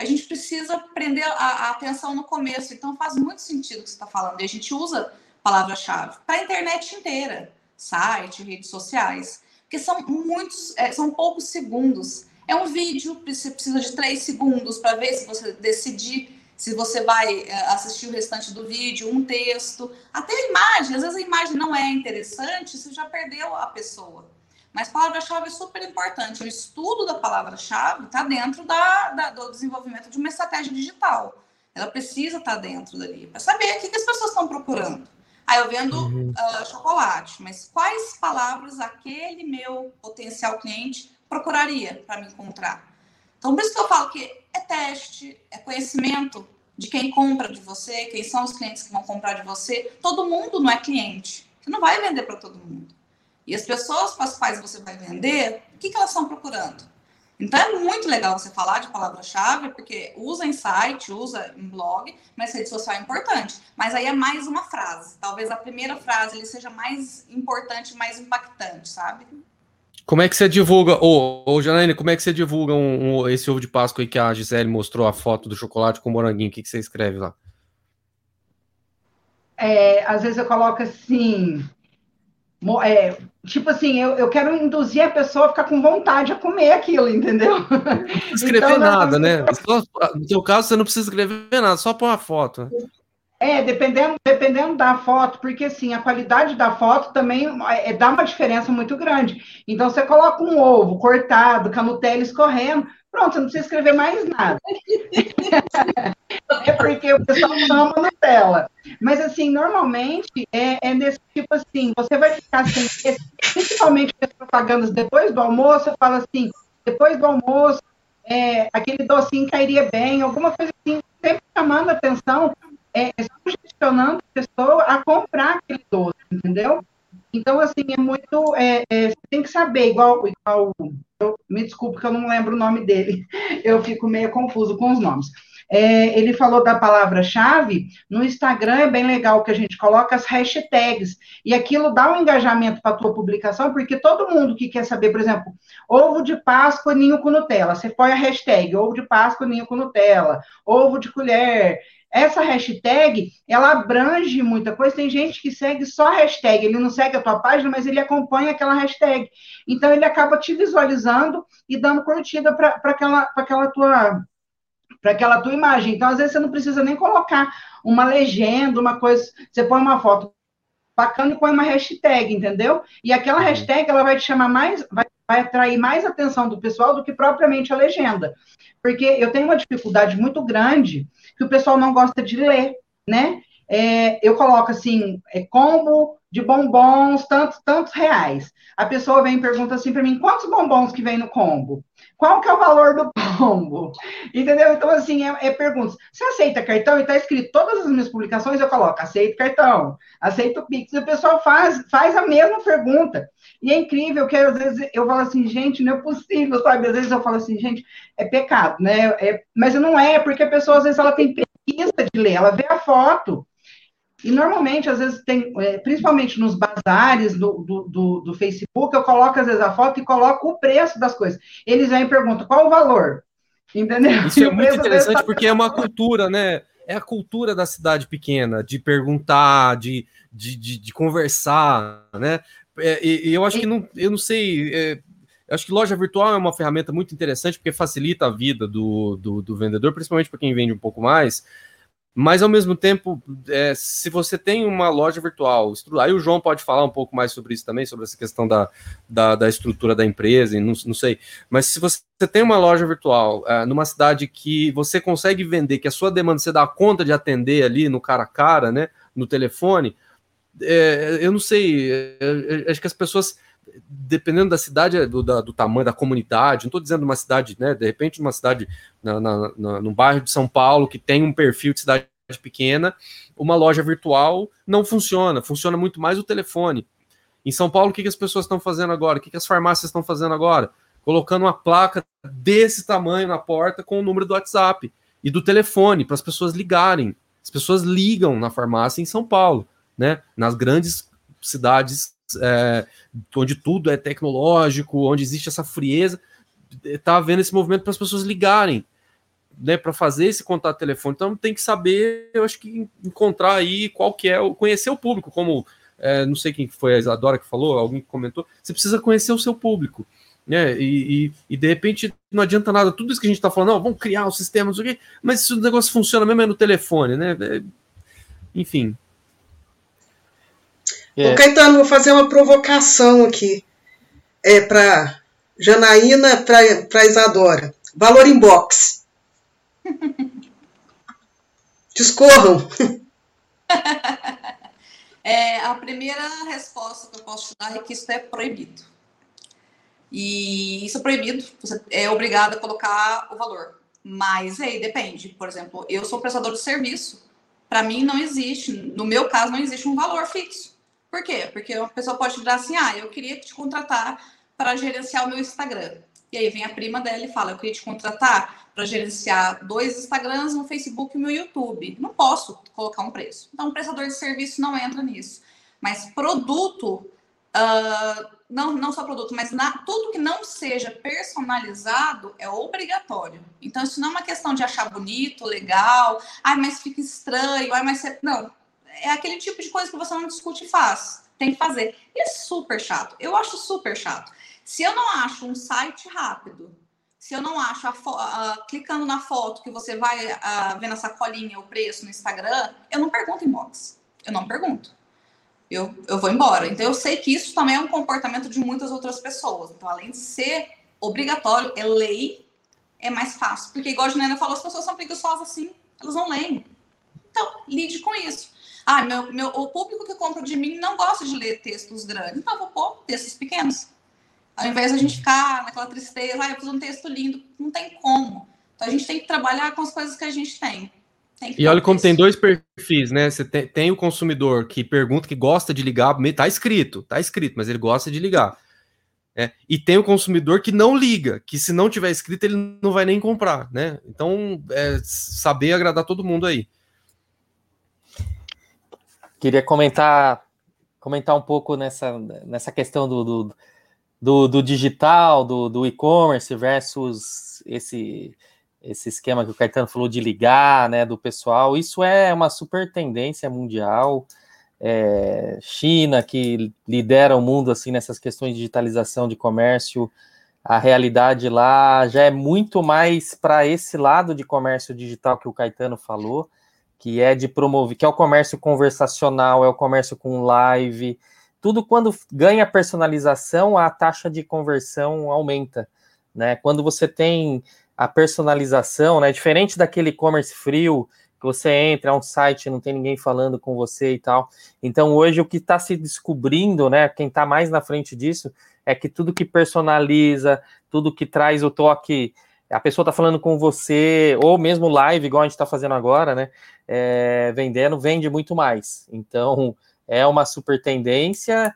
a gente precisa prender a, a atenção no começo. Então faz muito sentido o que você está falando. E a gente usa palavra-chave para a internet inteira, site, redes sociais, porque são muitos, é, são poucos segundos. É um vídeo, você precisa de três segundos para ver se você decidir se você vai assistir o restante do vídeo, um texto, até a imagem. Às vezes a imagem não é interessante, você já perdeu a pessoa. Mas palavra-chave é super importante. O estudo da palavra-chave está dentro da, da, do desenvolvimento de uma estratégia digital. Ela precisa estar dentro dali, para saber o que, que as pessoas estão procurando. Ah, eu vendo uhum. uh, chocolate, mas quais palavras aquele meu potencial cliente procuraria para me encontrar? Então, por isso que eu falo que é teste, é conhecimento de quem compra de você, quem são os clientes que vão comprar de você. Todo mundo não é cliente. Você não vai vender para todo mundo. E as pessoas para as quais você vai vender, o que, que elas estão procurando? Então, é muito legal você falar de palavra-chave, porque usa em site, usa em blog, mas rede social é importante. Mas aí é mais uma frase. Talvez a primeira frase ele seja mais importante, mais impactante, sabe? Como é que você divulga, ô, ô Janaína, como é que você divulga um, um, esse ovo de Páscoa aí que a Gisele mostrou a foto do chocolate com moranguinho? O que, que você escreve lá? É, às vezes eu coloco assim, é, tipo assim, eu, eu quero induzir a pessoa a ficar com vontade a comer aquilo, entendeu? Não precisa escrever então, nada, né? Só, no seu caso, você não precisa escrever nada, só pôr uma foto, né? É, dependendo, dependendo da foto, porque assim, a qualidade da foto também é, dá uma diferença muito grande. Então, você coloca um ovo cortado, com a Nutella escorrendo, pronto, você não precisa escrever mais nada. É porque o pessoal ama Nutella. Mas, assim, normalmente, é, é desse tipo assim, você vai ficar sem, principalmente as propagandas depois do almoço, eu falo assim, depois do almoço, é, aquele docinho cairia bem, alguma coisa assim, sempre chamando a atenção, é, sugestionando a pessoa a comprar aquele doce, entendeu? Então, assim, é muito... É, é, você tem que saber, igual... igual eu, me desculpe que eu não lembro o nome dele, eu fico meio confuso com os nomes. É, ele falou da palavra-chave, no Instagram é bem legal que a gente coloca as hashtags, e aquilo dá um engajamento para a tua publicação, porque todo mundo que quer saber, por exemplo, ovo de Páscoa, ninho com Nutella, você põe a hashtag, ovo de Páscoa, ninho com Nutella, ovo de colher... Essa hashtag, ela abrange muita coisa. Tem gente que segue só a hashtag, ele não segue a tua página, mas ele acompanha aquela hashtag. Então, ele acaba te visualizando e dando curtida para aquela, para aquela tua... para aquela tua imagem. Então, às vezes, você não precisa nem colocar uma legenda, uma coisa... Você põe uma foto bacana e põe uma hashtag, entendeu? E aquela hashtag, ela vai te chamar mais... Vai, vai atrair mais atenção do pessoal do que propriamente a legenda. Porque eu tenho uma dificuldade muito grande que o pessoal não gosta de ler, né? É, eu coloco assim, é, combo de bombons, tantos, tantos reais. A pessoa vem e pergunta assim para mim, quantos bombons que vem no combo? Qual que é o valor do combo? Entendeu? Então, assim, é, é perguntas. Você aceita cartão? E está escrito, todas as minhas publicações eu coloco, aceito cartão, aceito o Pix. E o pessoal faz, faz a mesma pergunta. E é incrível que, às vezes, eu falo assim, gente, não é possível, sabe? Às vezes eu falo assim, gente, é pecado, né? É, mas não é, porque a pessoa, às vezes, ela tem preguiça de ler, ela vê a foto. E, normalmente, às vezes, tem, principalmente nos bazares do, do, do, do Facebook, eu coloco, às vezes, a foto e coloco o preço das coisas. Eles vêm e perguntam, qual o valor? Entendeu? Isso é muito interessante, tá... porque é uma cultura, né? É a cultura da cidade pequena, de perguntar, de, de, de, de conversar, né? É, e eu acho que não, eu não sei, é, eu acho que loja virtual é uma ferramenta muito interessante porque facilita a vida do, do, do vendedor, principalmente para quem vende um pouco mais, mas ao mesmo tempo, é, se você tem uma loja virtual, aí o João pode falar um pouco mais sobre isso também, sobre essa questão da, da, da estrutura da empresa, não, não sei, mas se você tem uma loja virtual é, numa cidade que você consegue vender, que a sua demanda você dá conta de atender ali no cara a cara, né, no telefone, É, eu não sei, é, acho que as pessoas, dependendo da cidade, do, da, do tamanho da comunidade, não estou dizendo uma cidade, né, de repente uma cidade na, na, na, no bairro de São Paulo que tem um perfil de cidade pequena, uma loja virtual não funciona, funciona muito mais o telefone. Em São Paulo, o que, que as pessoas estão fazendo agora? O que, que as farmácias estão fazendo agora? Colocando uma placa desse tamanho na porta com o número do WhatsApp e do telefone para as pessoas ligarem. As pessoas ligam na farmácia em São Paulo. Né? Nas grandes cidades é, onde tudo é tecnológico, onde existe essa frieza, está havendo esse movimento para as pessoas ligarem. né, para fazer esse contato telefônico. Então tem que saber, eu acho que encontrar aí qual que é, conhecer o público, como, é, não sei quem foi, a Isadora que falou, alguém que comentou, você precisa conhecer o seu público, né, e, e, e de repente não adianta nada, tudo isso que a gente está falando, não, vamos criar um sistema, não sei o quê, mas se o negócio funciona mesmo é no telefone, né, é, enfim. É. Ô, Caetano, vou fazer uma provocação aqui, é, para Janaína, para Isadora. Valor inbox. Discorram. É, a primeira resposta que eu posso te dar é que isso é proibido. E isso é proibido, você é obrigado a colocar o valor. Mas aí depende. Por exemplo, eu sou prestador de serviço. Para mim não existe, no meu caso, não existe um valor fixo. Por quê? Porque uma pessoa pode dizer assim, ah, eu queria te contratar para gerenciar o meu Instagram. E aí vem a prima dela e fala, eu queria te contratar para gerenciar dois Instagrams, um Facebook e o meu YouTube. Não posso colocar um preço. Então, o prestador de serviço não entra nisso. Mas produto, uh, não, não só produto, mas na, tudo que não seja personalizado é obrigatório. Então, isso não é uma questão de achar bonito, legal, ai, mas fica estranho, ai, mas você... Não, é aquele tipo de coisa que você não discute e faz. Tem que fazer. E é super chato. Eu acho super chato. Se eu não acho um site rápido, se eu não acho, a fo- uh, clicando na foto que você vai uh, ver na sacolinha o preço no Instagram, eu não pergunto inbox. Eu não pergunto. Eu, eu vou embora. Então, eu sei que isso também é um comportamento de muitas outras pessoas. Então, além de ser obrigatório, é lei, é mais fácil. Porque, igual a Juliana falou, as pessoas são preguiçosas assim, elas não leem. Então, lide com isso. Ah, meu, meu, o público que compra de mim não gosta de ler textos grandes. Então, eu vou pôr textos pequenos. Ao invés de a gente ficar naquela tristeza, ah, eu preciso de um texto lindo, não tem como. Então a gente tem que trabalhar com as coisas que a gente tem. tem e olha como texto. Tem dois perfis, né? Você tem, tem o consumidor que pergunta, que gosta de ligar, tá escrito, tá escrito, mas ele gosta de ligar. É, e tem o consumidor que não liga, que se não tiver escrito ele não vai nem comprar, né? Então, é, saber agradar todo mundo aí. Queria comentar, comentar um pouco nessa, nessa questão do... do... Do, do digital, do, do e-commerce versus esse, esse esquema que o Caetano falou de ligar, né, do pessoal. Isso é uma super tendência mundial. É, China, que lidera o mundo assim nessas questões de digitalização de comércio, a realidade lá já é muito mais para esse lado de comércio digital que o Caetano falou, que é de promover, que é o comércio conversacional, é o comércio com live. Tudo quando ganha personalização, a taxa de conversão aumenta, né? Quando você tem a personalização, né? Diferente daquele e-commerce frio, que você entra, é um site, não tem ninguém falando com você e tal. Então, hoje, o que está se descobrindo, né? Quem está mais na frente disso, é que tudo que personaliza, tudo que traz o toque, a pessoa está falando com você, ou mesmo live, igual a gente está fazendo agora, né? É, vendendo, vende muito mais. Então... é uma super tendência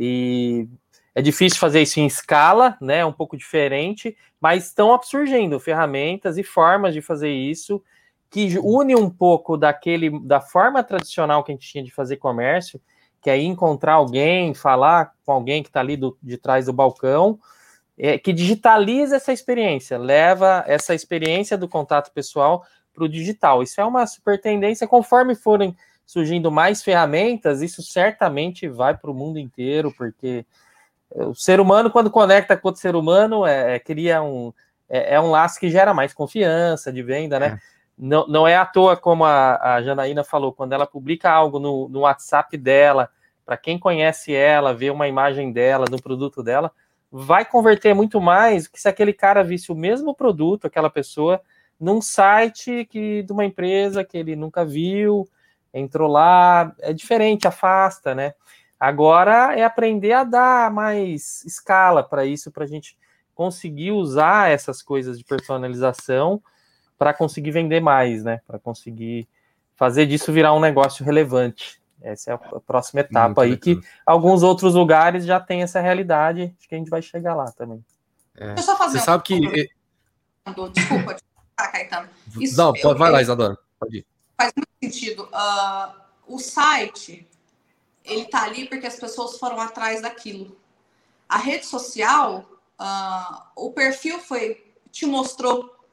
e é difícil fazer isso em escala, né? É um pouco diferente, mas estão surgindo ferramentas e formas de fazer isso que une um pouco daquele, da forma tradicional que a gente tinha de fazer comércio, que é encontrar alguém, falar com alguém que está ali do, de trás do balcão, é, que digitaliza essa experiência, leva essa experiência do contato pessoal para o digital. Isso é uma super tendência, conforme forem surgindo mais ferramentas, isso certamente vai para o mundo inteiro, porque o ser humano, quando conecta com outro ser humano, é, é, cria um, é, é um laço que gera mais confiança de venda, né? É. Não, não é à toa, como a, a Janaína falou, quando ela publica algo no, no WhatsApp dela, para quem conhece ela, vê uma imagem dela, do produto dela, vai converter muito mais que se aquele cara visse o mesmo produto, aquela pessoa, num site que, de uma empresa que ele nunca viu, entrou lá, é diferente, afasta, né? Agora é aprender a dar mais escala para isso, para a gente conseguir usar essas coisas de personalização para conseguir vender mais, né? Para conseguir fazer disso virar um negócio relevante. Essa é a próxima etapa. Muito aí, legal. Que alguns outros lugares já têm essa realidade, acho que a gente vai chegar lá também. É. Deixa eu só fazer Você um... sabe que... Desculpa, Caetano. Isso, Não, pode, eu, vai lá, Isadora, pode ir. Faz muito sentido. Uh, o site, ele tá ali porque as pessoas foram atrás daquilo. A rede social, uh, o perfil foi, te mostrou.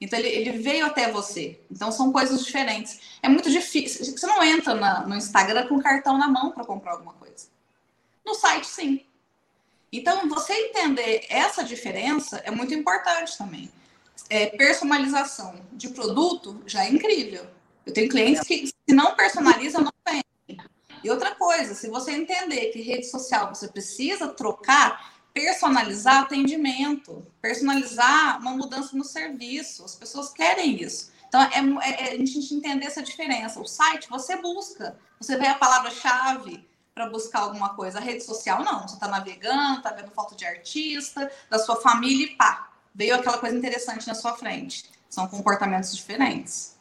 Então, ele, ele veio até você. Então, são coisas diferentes. É muito difícil. Você não entra na, no Instagram com o cartão na mão para comprar alguma coisa. No site, sim. Então, você entender essa diferença é muito importante também. É, personalização de produto já é incrível. Eu tenho clientes que, se não personalizam, não vendem. E outra coisa, se você entender que rede social você precisa trocar, personalizar atendimento, personalizar uma mudança no serviço. As pessoas querem isso. Então, é, é, é a gente entender essa diferença. O site, você busca. Você vê a palavra-chave para buscar alguma coisa. A rede social, não. Você está navegando, está vendo foto de artista, da sua família e pá. Veio aquela coisa interessante na sua frente. São comportamentos diferentes.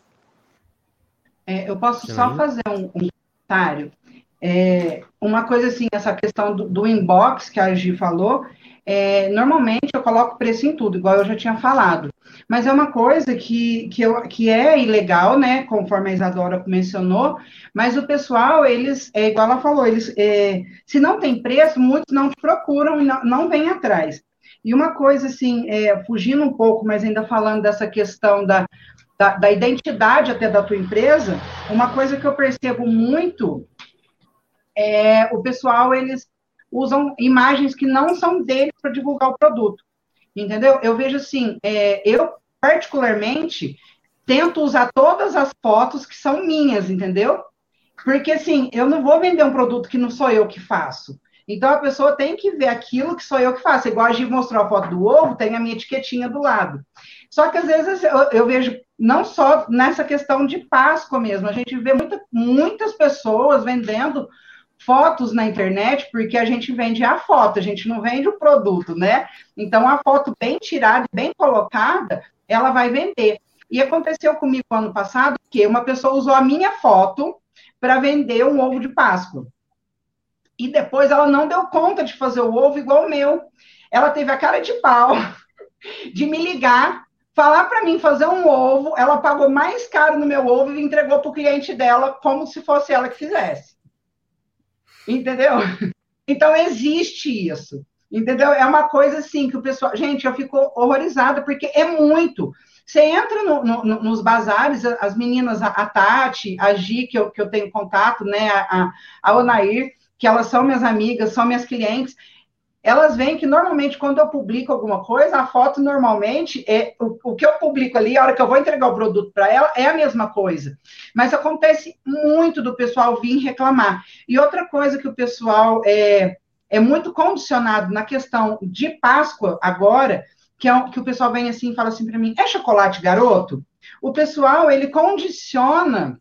É, eu posso só fazer um, um comentário? É, uma coisa assim, essa questão do, do inbox que a Gi falou, é, normalmente eu coloco preço em tudo, igual eu já tinha falado. Mas é uma coisa que, que, eu, que é ilegal, né, conforme a Isadora mencionou, mas o pessoal, eles, é igual ela falou, eles, é, se não tem preço, muitos não te procuram e não, não vêm atrás. E uma coisa assim, é, fugindo um pouco, mas ainda falando dessa questão da, da, da identidade até da tua empresa, uma coisa que eu percebo muito é o pessoal, eles usam imagens que não são deles para divulgar o produto, entendeu? Eu vejo assim, é, eu particularmente tento usar todas as fotos que são minhas, entendeu? Porque assim, eu não vou vender um produto que não sou eu que faço. Então, a pessoa tem que ver aquilo que sou eu que faço. Igual a Gi mostrou a foto do ovo, tem a minha etiquetinha do lado. Só que, às vezes, eu, eu vejo, não só nessa questão de Páscoa mesmo, a gente vê muita, muitas pessoas vendendo fotos na internet, porque a gente vende a foto, a gente não vende o produto, né? Então, a foto bem tirada, bem colocada, ela vai vender. E aconteceu comigo ano passado que uma pessoa usou a minha foto para vender um ovo de Páscoa. E depois ela não deu conta de fazer o ovo igual o meu. Ela teve a cara de pau de me ligar, falar para mim fazer um ovo, ela pagou mais caro no meu ovo e entregou para o cliente dela como se fosse ela que fizesse. Entendeu? Então, existe isso. Entendeu? É uma coisa assim que o pessoal... Gente, eu fico horrorizada, porque é muito. Você entra no, no, nos bazares, as meninas, a, a Tati, a Gi, que eu, que eu tenho contato, né, a, a Onair, que elas são minhas amigas, são minhas clientes, elas veem que normalmente quando eu publico alguma coisa, a foto normalmente, é o, o que eu publico ali, a hora que eu vou entregar o produto para ela, é a mesma coisa. Mas acontece muito do pessoal vir reclamar. E outra coisa que o pessoal é, é muito condicionado na questão de Páscoa agora, que, é, que o pessoal vem assim e fala assim para mim, é chocolate garoto? O pessoal, ele condiciona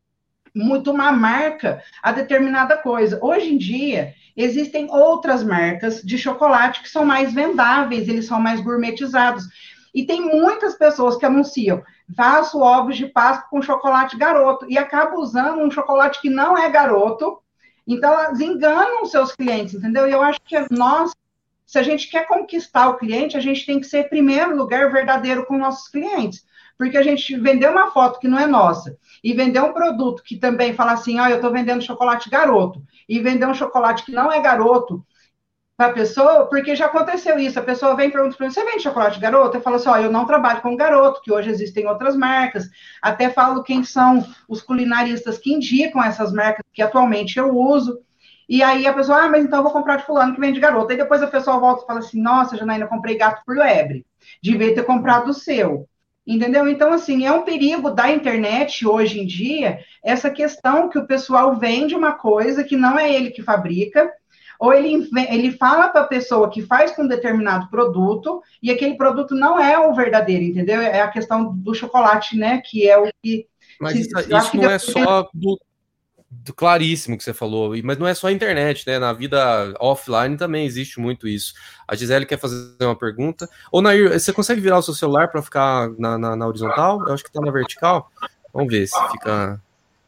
muito uma marca a determinada coisa. Hoje em dia, existem outras marcas de chocolate que são mais vendáveis, eles são mais gourmetizados. E tem muitas pessoas que anunciam, faço ovos de Páscoa com chocolate garoto, e acabam usando um chocolate que não é garoto, então elas enganam os seus clientes, entendeu? E eu acho que nós, se a gente quer conquistar o cliente, a gente tem que ser, em primeiro lugar, verdadeiro com nossos clientes. Porque a gente vendeu uma foto que não é nossa, e vender um produto que também fala assim, ó, oh, eu estou vendendo chocolate garoto, e vender um chocolate que não é garoto para a pessoa, porque já aconteceu isso, a pessoa vem e pergunta para mim, você vende chocolate garoto? Eu falo assim, ó, oh, eu não trabalho com garoto, que hoje existem outras marcas, até falo quem são os culinaristas que indicam essas marcas que atualmente eu uso, e aí a pessoa, ah, mas então eu vou comprar de fulano que vende garoto, aí depois a pessoa volta e fala assim, nossa, Janaína, eu comprei gato por lebre, devia ter comprado o seu. Entendeu? Então, assim, é um perigo da internet hoje em dia, essa questão que o pessoal vende uma coisa que não é ele que fabrica, ou ele, ele fala para a pessoa que faz com um determinado produto, e aquele produto não é o verdadeiro, entendeu? É a questão do chocolate, né, que é o que... Mas que, isso, isso não é só do, do claríssimo que você falou, mas não é só a internet, né? Na vida offline também existe muito isso. A Gisele quer fazer uma pergunta. Ô, Nair, você consegue virar o seu celular para ficar na, na, na horizontal? Eu acho que está na vertical. Vamos ver se fica...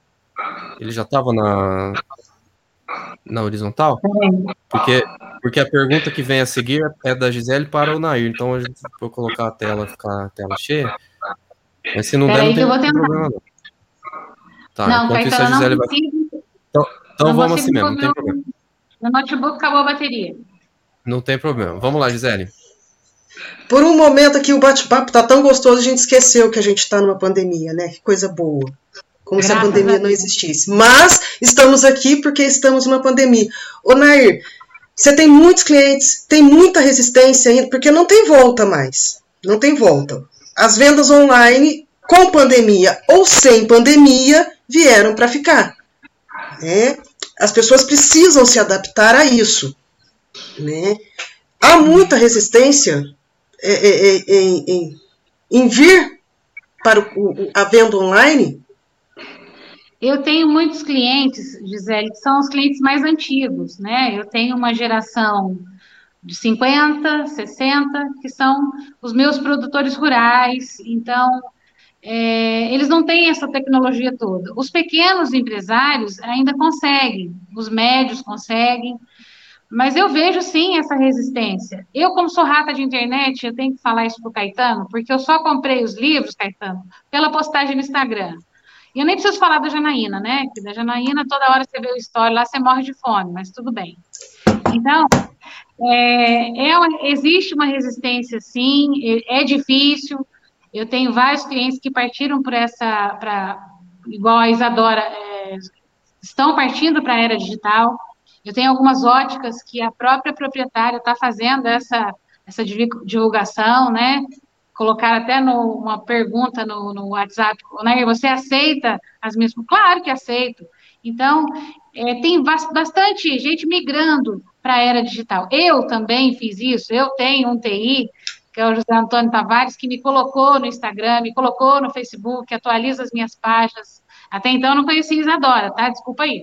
Ele já estava na... na horizontal? Porque, porque a pergunta que vem a seguir é da Gisele para o Nair. Então, eu vou colocar a tela, ficar a tela cheia. Mas se não der, não tem problema, não. Tá, não, enquanto isso a Gisele vai... Então, então vamos assim mesmo, não tem problema. No notebook acabou a bateria. Não tem problema. Vamos lá, Gisele. Por um momento aqui o bate-papo tá tão gostoso, a gente esqueceu que a gente está numa pandemia, né? Que coisa boa. Como Graças se a pandemia a não existisse. Mas estamos aqui porque estamos numa pandemia. Ô, Nair, você tem muitos clientes, tem muita resistência ainda, porque não tem volta mais. Não tem volta. As vendas online, com pandemia ou sem pandemia, vieram para ficar. Né? As pessoas precisam se adaptar a isso. Né? Há muita resistência é, é, é, em, em vir para o, a venda online. Eu tenho muitos clientes, Gisele, que são os clientes mais antigos, né? Eu tenho uma geração de cinquenta, sessenta, que são os meus produtores rurais, então é, eles não têm essa tecnologia toda. Os pequenos empresários ainda conseguem, os médios conseguem, mas eu vejo sim essa resistência. Eu, como sou rata de internet, eu tenho que falar isso para o Caetano, porque eu só comprei os livros, Caetano, pela postagem no Instagram. E eu nem preciso falar da Janaína, né? Porque da Janaína, toda hora você vê o story lá, você morre de fome, mas tudo bem. Então, é, é uma, existe uma resistência, sim, é, é difícil. Eu tenho vários clientes que partiram por essa, pra, igual a Isadora, é, estão partindo para a era digital. Eu tenho algumas óticas que a própria proprietária está fazendo essa, essa divulgação, né? Colocar até no, uma pergunta no, no WhatsApp, Nair, você aceita as minhas... Claro que aceito. Então, é, tem bastante gente migrando para a era digital. Eu também fiz isso, eu tenho um T I, que é o José Antônio Tavares, que me colocou no Instagram, me colocou no Facebook, atualiza as minhas páginas. Até então, eu não conhecia Isadora, tá? Desculpa aí.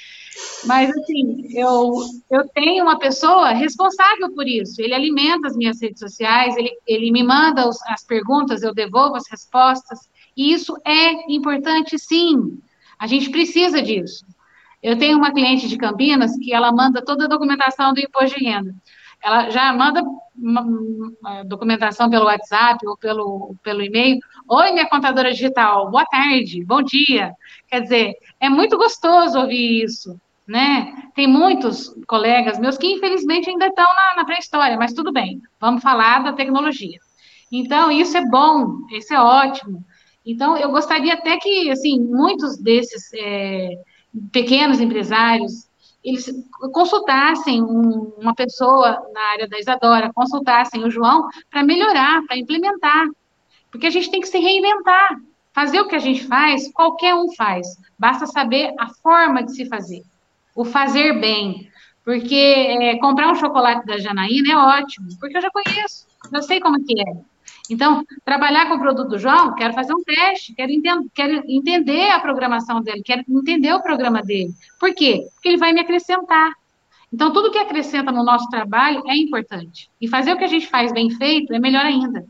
Mas, assim, eu, eu tenho uma pessoa responsável por isso. Ele alimenta as minhas redes sociais, ele, ele me manda os, as perguntas, eu devolvo as respostas. E isso é importante, sim. A gente precisa disso. Eu tenho uma cliente de Campinas que ela manda toda a documentação do imposto de renda. Ela já manda uma, uma documentação pelo WhatsApp ou pelo, pelo e-mail. Oi, minha contadora digital, boa tarde, bom dia. Quer dizer, é muito gostoso ouvir isso, né? Tem muitos colegas meus que, infelizmente, ainda estão na, na pré-história, mas tudo bem, vamos falar da tecnologia. Então, isso é bom, isso é ótimo. Então, eu gostaria até que, assim, muitos desses é, pequenos empresários, eles consultassem um, uma pessoa na área da Isadora, consultassem o João para melhorar, para implementar. Porque a gente tem que se reinventar. Fazer o que a gente faz, qualquer um faz. Basta saber a forma de se fazer. O fazer bem. Porque é, comprar um chocolate da Janaína é ótimo, porque eu já conheço, eu sei como que é. Então, trabalhar com o produto do João, quero fazer um teste, quero, enten quero entender a programação dele, quero entender o programa dele. Por quê? Porque ele vai me acrescentar. Então, tudo que acrescenta no nosso trabalho é importante. E fazer o que a gente faz bem feito é melhor ainda.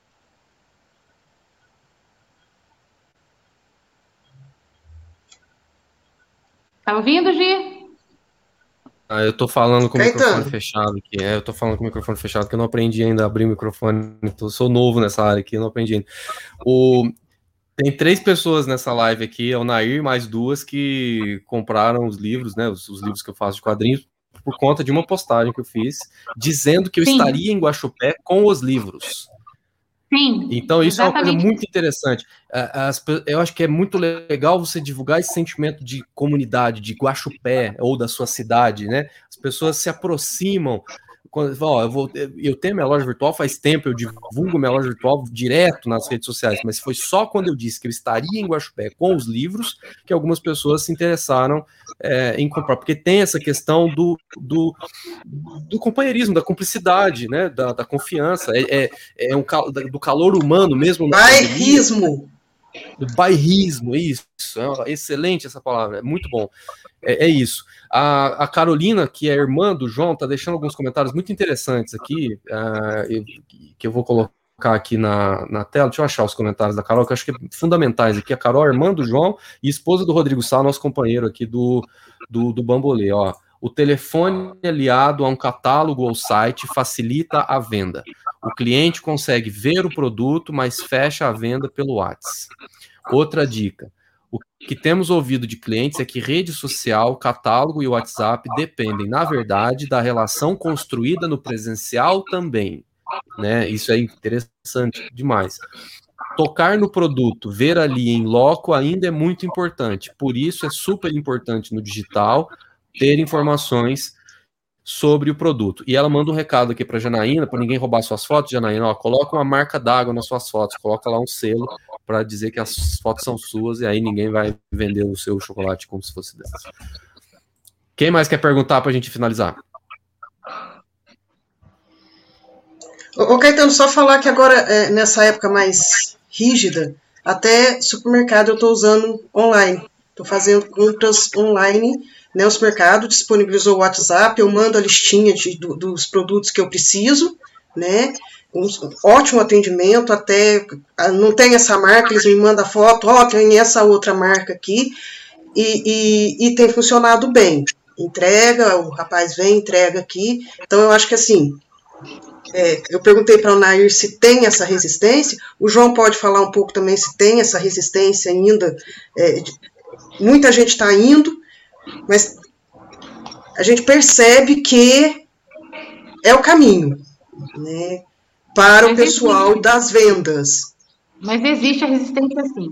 Tá ouvindo, Gi? Ah, eu tô falando com o Caetano. microfone fechado aqui. É, eu tô falando com o microfone fechado, porque eu não aprendi ainda a abrir o microfone. Eu sou novo nessa área aqui, eu não aprendi ainda. O... Tem três pessoas nessa live aqui, é o Nair, mais duas que compraram os livros, né? Os, os livros que eu faço de quadrinhos, por conta de uma postagem que eu fiz, dizendo que eu Sim. estaria em Guaxupé com os livros. Sim, então, isso exatamente. É uma coisa muito interessante. As, eu acho que é muito legal você divulgar esse sentimento de comunidade, de Guaxupé, ou da sua cidade, né? As pessoas se aproximam. Quando, ó, eu, vou, eu tenho minha loja virtual faz tempo, eu divulgo minha loja virtual direto nas redes sociais, mas foi só quando eu disse que eu estaria em Guaxupé com os livros que algumas pessoas se interessaram é, em comprar, porque tem essa questão do, do, do companheirismo, da cumplicidade, né, da, da confiança, é, é, é um, do calor humano mesmo. Bairrismo. Do bairrismo, isso, é excelente essa palavra, é muito bom. É, é isso. A, a Carolina, que é irmã do João, está deixando alguns comentários muito interessantes aqui, uh, eu, que eu vou colocar aqui na, na tela. Deixa eu achar os comentários da Carol, que eu acho que é fundamentais aqui. A Carol é irmã do João e esposa do Rodrigo Sá, nosso companheiro aqui do, do, do Bambolê. Ó. O telefone aliado a um catálogo ou site facilita a venda. O cliente consegue ver o produto, mas fecha a venda pelo WhatsApp. Outra dica. O que temos ouvido de clientes é que rede social, catálogo e WhatsApp dependem, na verdade, da relação construída no presencial também. né? Isso é interessante demais. Tocar no produto, ver ali em loco ainda é muito importante. Por isso é super importante no digital ter informações sobre o produto. E ela manda um recado aqui para Janaína, para ninguém roubar suas fotos, Janaína, ó, coloca uma marca d'água nas suas fotos, coloca lá um selo para dizer que as fotos são suas e aí ninguém vai vender o seu chocolate como se fosse dessas. Quem mais quer perguntar para a gente finalizar? Ô, Caetano, só falar que agora, é, nessa época mais rígida, até supermercado eu estou usando online. Estou fazendo compras online, né? O supermercado disponibilizou o WhatsApp, eu mando a listinha de, do, dos produtos que eu preciso, né? Um ótimo atendimento, até não tem essa marca, eles me mandam a foto, ó, oh, tem essa outra marca aqui, e, e, e tem funcionado bem. Entrega, o rapaz vem, entrega aqui. Então eu acho que assim, é, eu perguntei para o Nair se tem essa resistência, o João pode falar um pouco também se tem essa resistência ainda, é, muita gente está indo, mas a gente percebe que é o caminho, né, para mas o pessoal existe. Das vendas. Mas existe a resistência sim.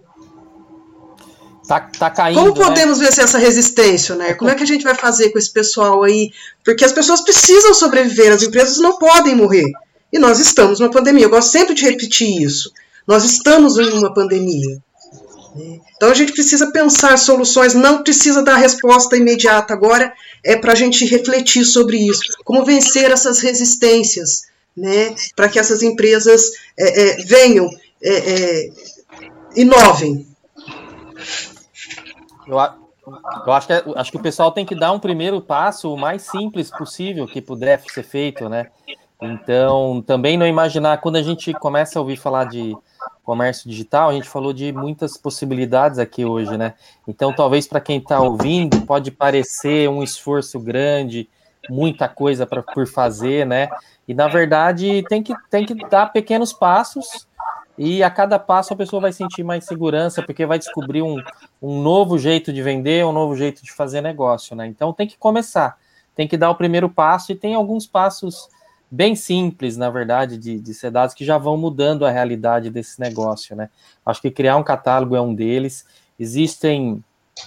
Tá, tá caindo, Como podemos né? vencer essa resistência, né? Como é que a gente vai fazer com esse pessoal aí? Porque as pessoas precisam sobreviver, as empresas não podem morrer. E nós estamos numa pandemia. Eu gosto sempre de repetir isso. Nós estamos em uma pandemia. Então a gente precisa pensar soluções, não precisa dar resposta imediata agora, é para a gente refletir sobre isso. Como vencer essas resistências, né? Para que essas empresas é, é, venham, é, é, inovem. Eu, eu acho, que, acho que o pessoal tem que dar um primeiro passo o mais simples possível que puder ser feito, né? Então, também não imaginar, quando a gente começa a ouvir falar de comércio digital, a gente falou de muitas possibilidades aqui hoje, né? Então, talvez para quem está ouvindo, pode parecer um esforço grande, muita coisa pra, por fazer, né? E, na verdade, tem que, tem que dar pequenos passos. E a cada passo a pessoa vai sentir mais segurança, porque vai descobrir um, um novo jeito de vender, um novo jeito de fazer negócio, né? Então tem que começar, tem que dar o primeiro passo, e tem alguns passos bem simples, na verdade, de, de ser dados que já vão mudando a realidade desse negócio, né? Acho que criar um catálogo é um deles. Existem,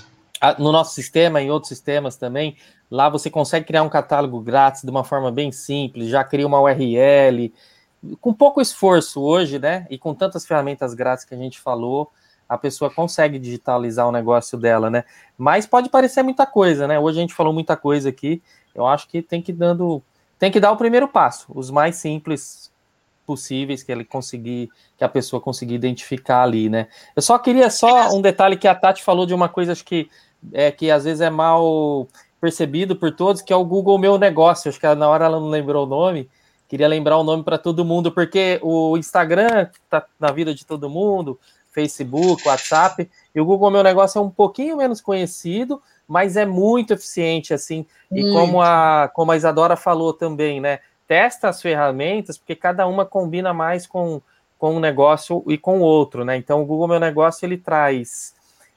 no nosso sistema, em outros sistemas também, lá você consegue criar um catálogo grátis de uma forma bem simples, já cria uma U R L, com pouco esforço hoje, né, e com tantas ferramentas grátis que a gente falou, a pessoa consegue digitalizar o negócio dela, né, mas pode parecer muita coisa, né, hoje a gente falou muita coisa aqui, eu acho que tem que, dando, tem que dar o primeiro passo, os mais simples possíveis, que ele conseguir, que a pessoa conseguir identificar ali, né. Eu só queria, só um detalhe que a Tati falou de uma coisa, acho que, é, que às vezes é mal percebido por todos, que é o Google Meu Negócio, acho que na hora ela não lembrou o nome. Queria lembrar o nome para todo mundo, porque o Instagram está na vida de todo mundo, Facebook, WhatsApp, e o Google Meu Negócio é um pouquinho menos conhecido, mas é muito eficiente, assim, muito. E como a, como a Isadora falou também, né, testa as ferramentas, porque cada uma combina mais com, com um negócio e com o outro, né, então o Google Meu Negócio, ele traz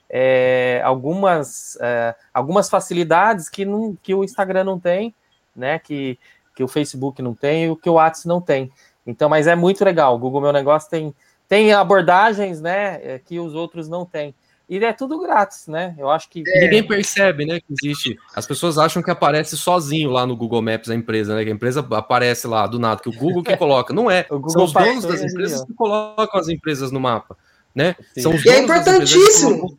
é, algumas, é, algumas facilidades que, não, que o Instagram não tem, né, que que o Facebook não tem e o que o WhatsApp não tem. Então, mas é muito legal. O Google Meu Negócio tem, tem abordagens, né, que os outros não têm. E é tudo grátis, né? Eu acho que... É. Ninguém percebe, né, que existe... As pessoas acham que aparece sozinho lá no Google Maps a empresa, né? Que a empresa aparece lá do nada, que o Google que coloca. Não é. São os donos das empresas que colocam as empresas no mapa, né? Sim. São os e é importantíssimo.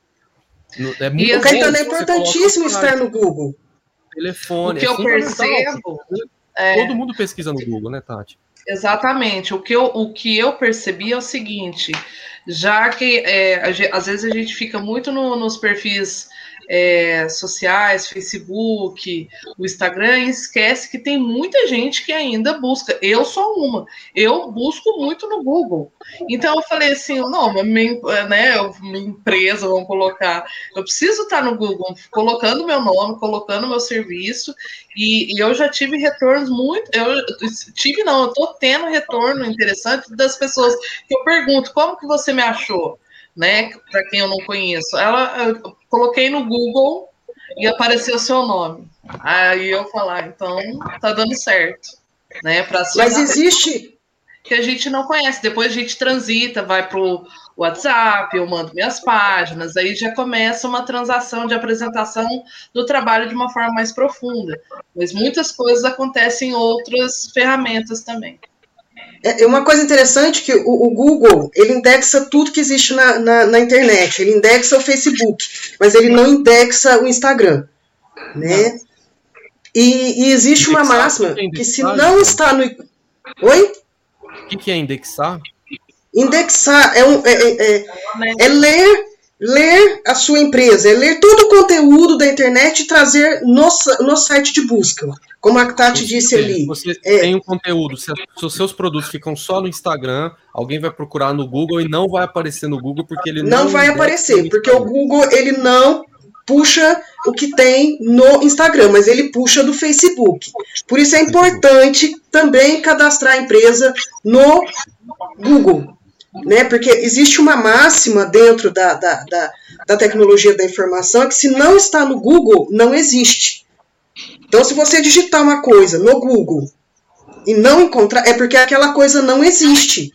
É muito o Caetano é importantíssimo estar no Google. Telefone. O que é eu percebo... É... Todo mundo pesquisa no Google, né, Tati? Exatamente. O que eu, o que eu percebi é o seguinte, já que é, a, às vezes a gente fica muito no, nos perfis é, sociais, Facebook, o Instagram, e esquece que tem muita gente que ainda busca. Eu sou uma. Eu busco muito no Google. Então eu falei assim, não, minha, né, minha empresa, vamos colocar, eu preciso estar no Google, colocando meu nome, colocando meu serviço, e, e eu já tive retornos muito, eu tive não, eu tô tendo retorno interessante das pessoas que eu pergunto, como que você me achou? Né, para quem eu não conheço, ela, eu coloquei no Google e apareceu o seu nome. Aí eu falar, então tá dando certo. né? Para Mas existe... que a gente não conhece. Depois a gente transita, vai para o WhatsApp, eu mando minhas páginas, aí já começa uma transação de apresentação do trabalho de uma forma mais profunda. Mas muitas coisas acontecem em outras ferramentas também. É uma coisa interessante que o, o Google, ele indexa tudo que existe na, na, na internet. Ele indexa o Facebook, mas ele não indexa o Instagram, né? E, e existe uma máxima que se não está no... Oi? O que, que é indexar? Indexar é, um, é, é, é ler, ler a sua empresa, é ler todo o conteúdo da internet e trazer no, no site de busca. Como a Tati disse ali. Você é, tem um conteúdo, se, se os seus produtos ficam só no Instagram, alguém vai procurar no Google e não vai aparecer no Google porque ele não... Não vai aparecer, porque o Google ele não puxa o que tem no Instagram, mas ele puxa do Facebook. Por isso é importante também cadastrar a empresa no Google, né? Porque existe uma máxima dentro da, da, da, da tecnologia da informação que se não está no Google, não existe. Então, se você digitar uma coisa no Google e não encontrar, é porque aquela coisa não existe.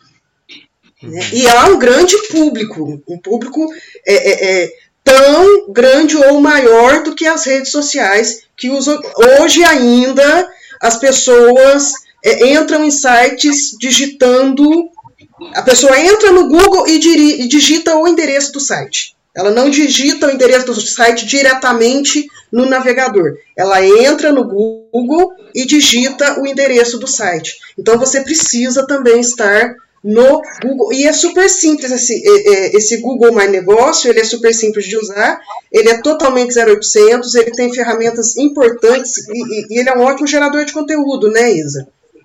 Né? E há um grande público, um público é, é, é, tão grande ou maior do que as redes sociais, que usam, hoje ainda as pessoas é, entram em sites digitando, a pessoa entra no Google e, diri, e digita o endereço do site. Ela não digita o endereço do site diretamente no navegador. Ela entra no Google e digita o endereço do site. Então você precisa também estar no Google. E é super simples esse, esse Google My Negócio, ele é super simples de usar, ele é totalmente zero oitocentos, ele tem ferramentas importantes e, e ele é um ótimo gerador de conteúdo, né, Isa?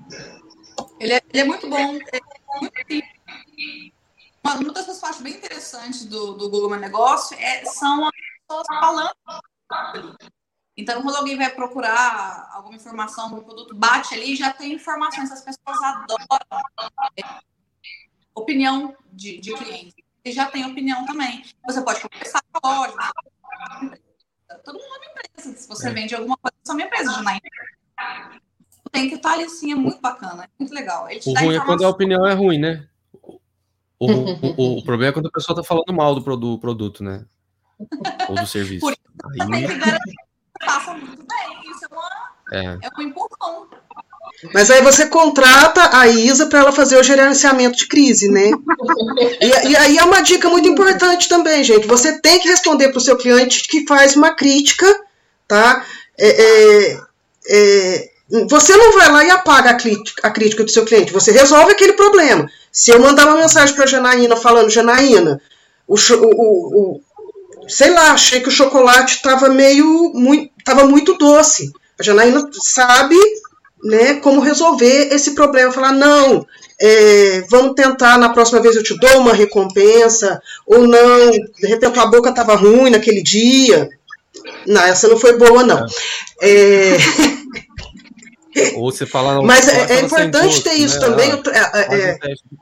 Ele é, ele é muito bom. É muito simples. Uma, uma das coisas que eu acho bem interessante do, do Google My Negócio é, são as pessoas falando. Então, quando alguém vai procurar alguma informação do produto, bate ali e já tem informações. As pessoas adoram é, opinião de, de clientes. E já tem opinião também. Você pode conversar com a loja. Todo mundo é uma empresa. Se você é. vende alguma coisa, é uma empresa, Janaína. Tem que estar ali, sim, é muito bacana, é muito legal. O ruim é quando a opinião é ruim, né? O, o, o, o problema é quando a pessoa está falando mal do, do produto, né? Ou do serviço. Por isso, aí... tem que garantir que faça muito bem. Isso é, uma, é. é um empurrão. Mas aí você contrata a Isa para ela fazer o gerenciamento de crise, né? E, e aí é uma dica muito importante também, gente. Você tem que responder para o seu cliente que faz uma crítica, tá? É, é, é, você não vai lá e apaga a crítica, a crítica do seu cliente. Você resolve aquele problema. Se eu mandar uma mensagem para a Janaína falando, Janaína, o, o, o, sei lá, achei que o chocolate estava meio, muito, tava muito doce. A Janaína sabe, né, como resolver esse problema. Falar, não, é, vamos tentar, na próxima vez eu te dou uma recompensa, ou não, de repente a boca estava ruim naquele dia. Não, essa não foi boa, não. É... Ou você fala... Mas é, é importante gosto, ter isso, né? também. Ah, é, é...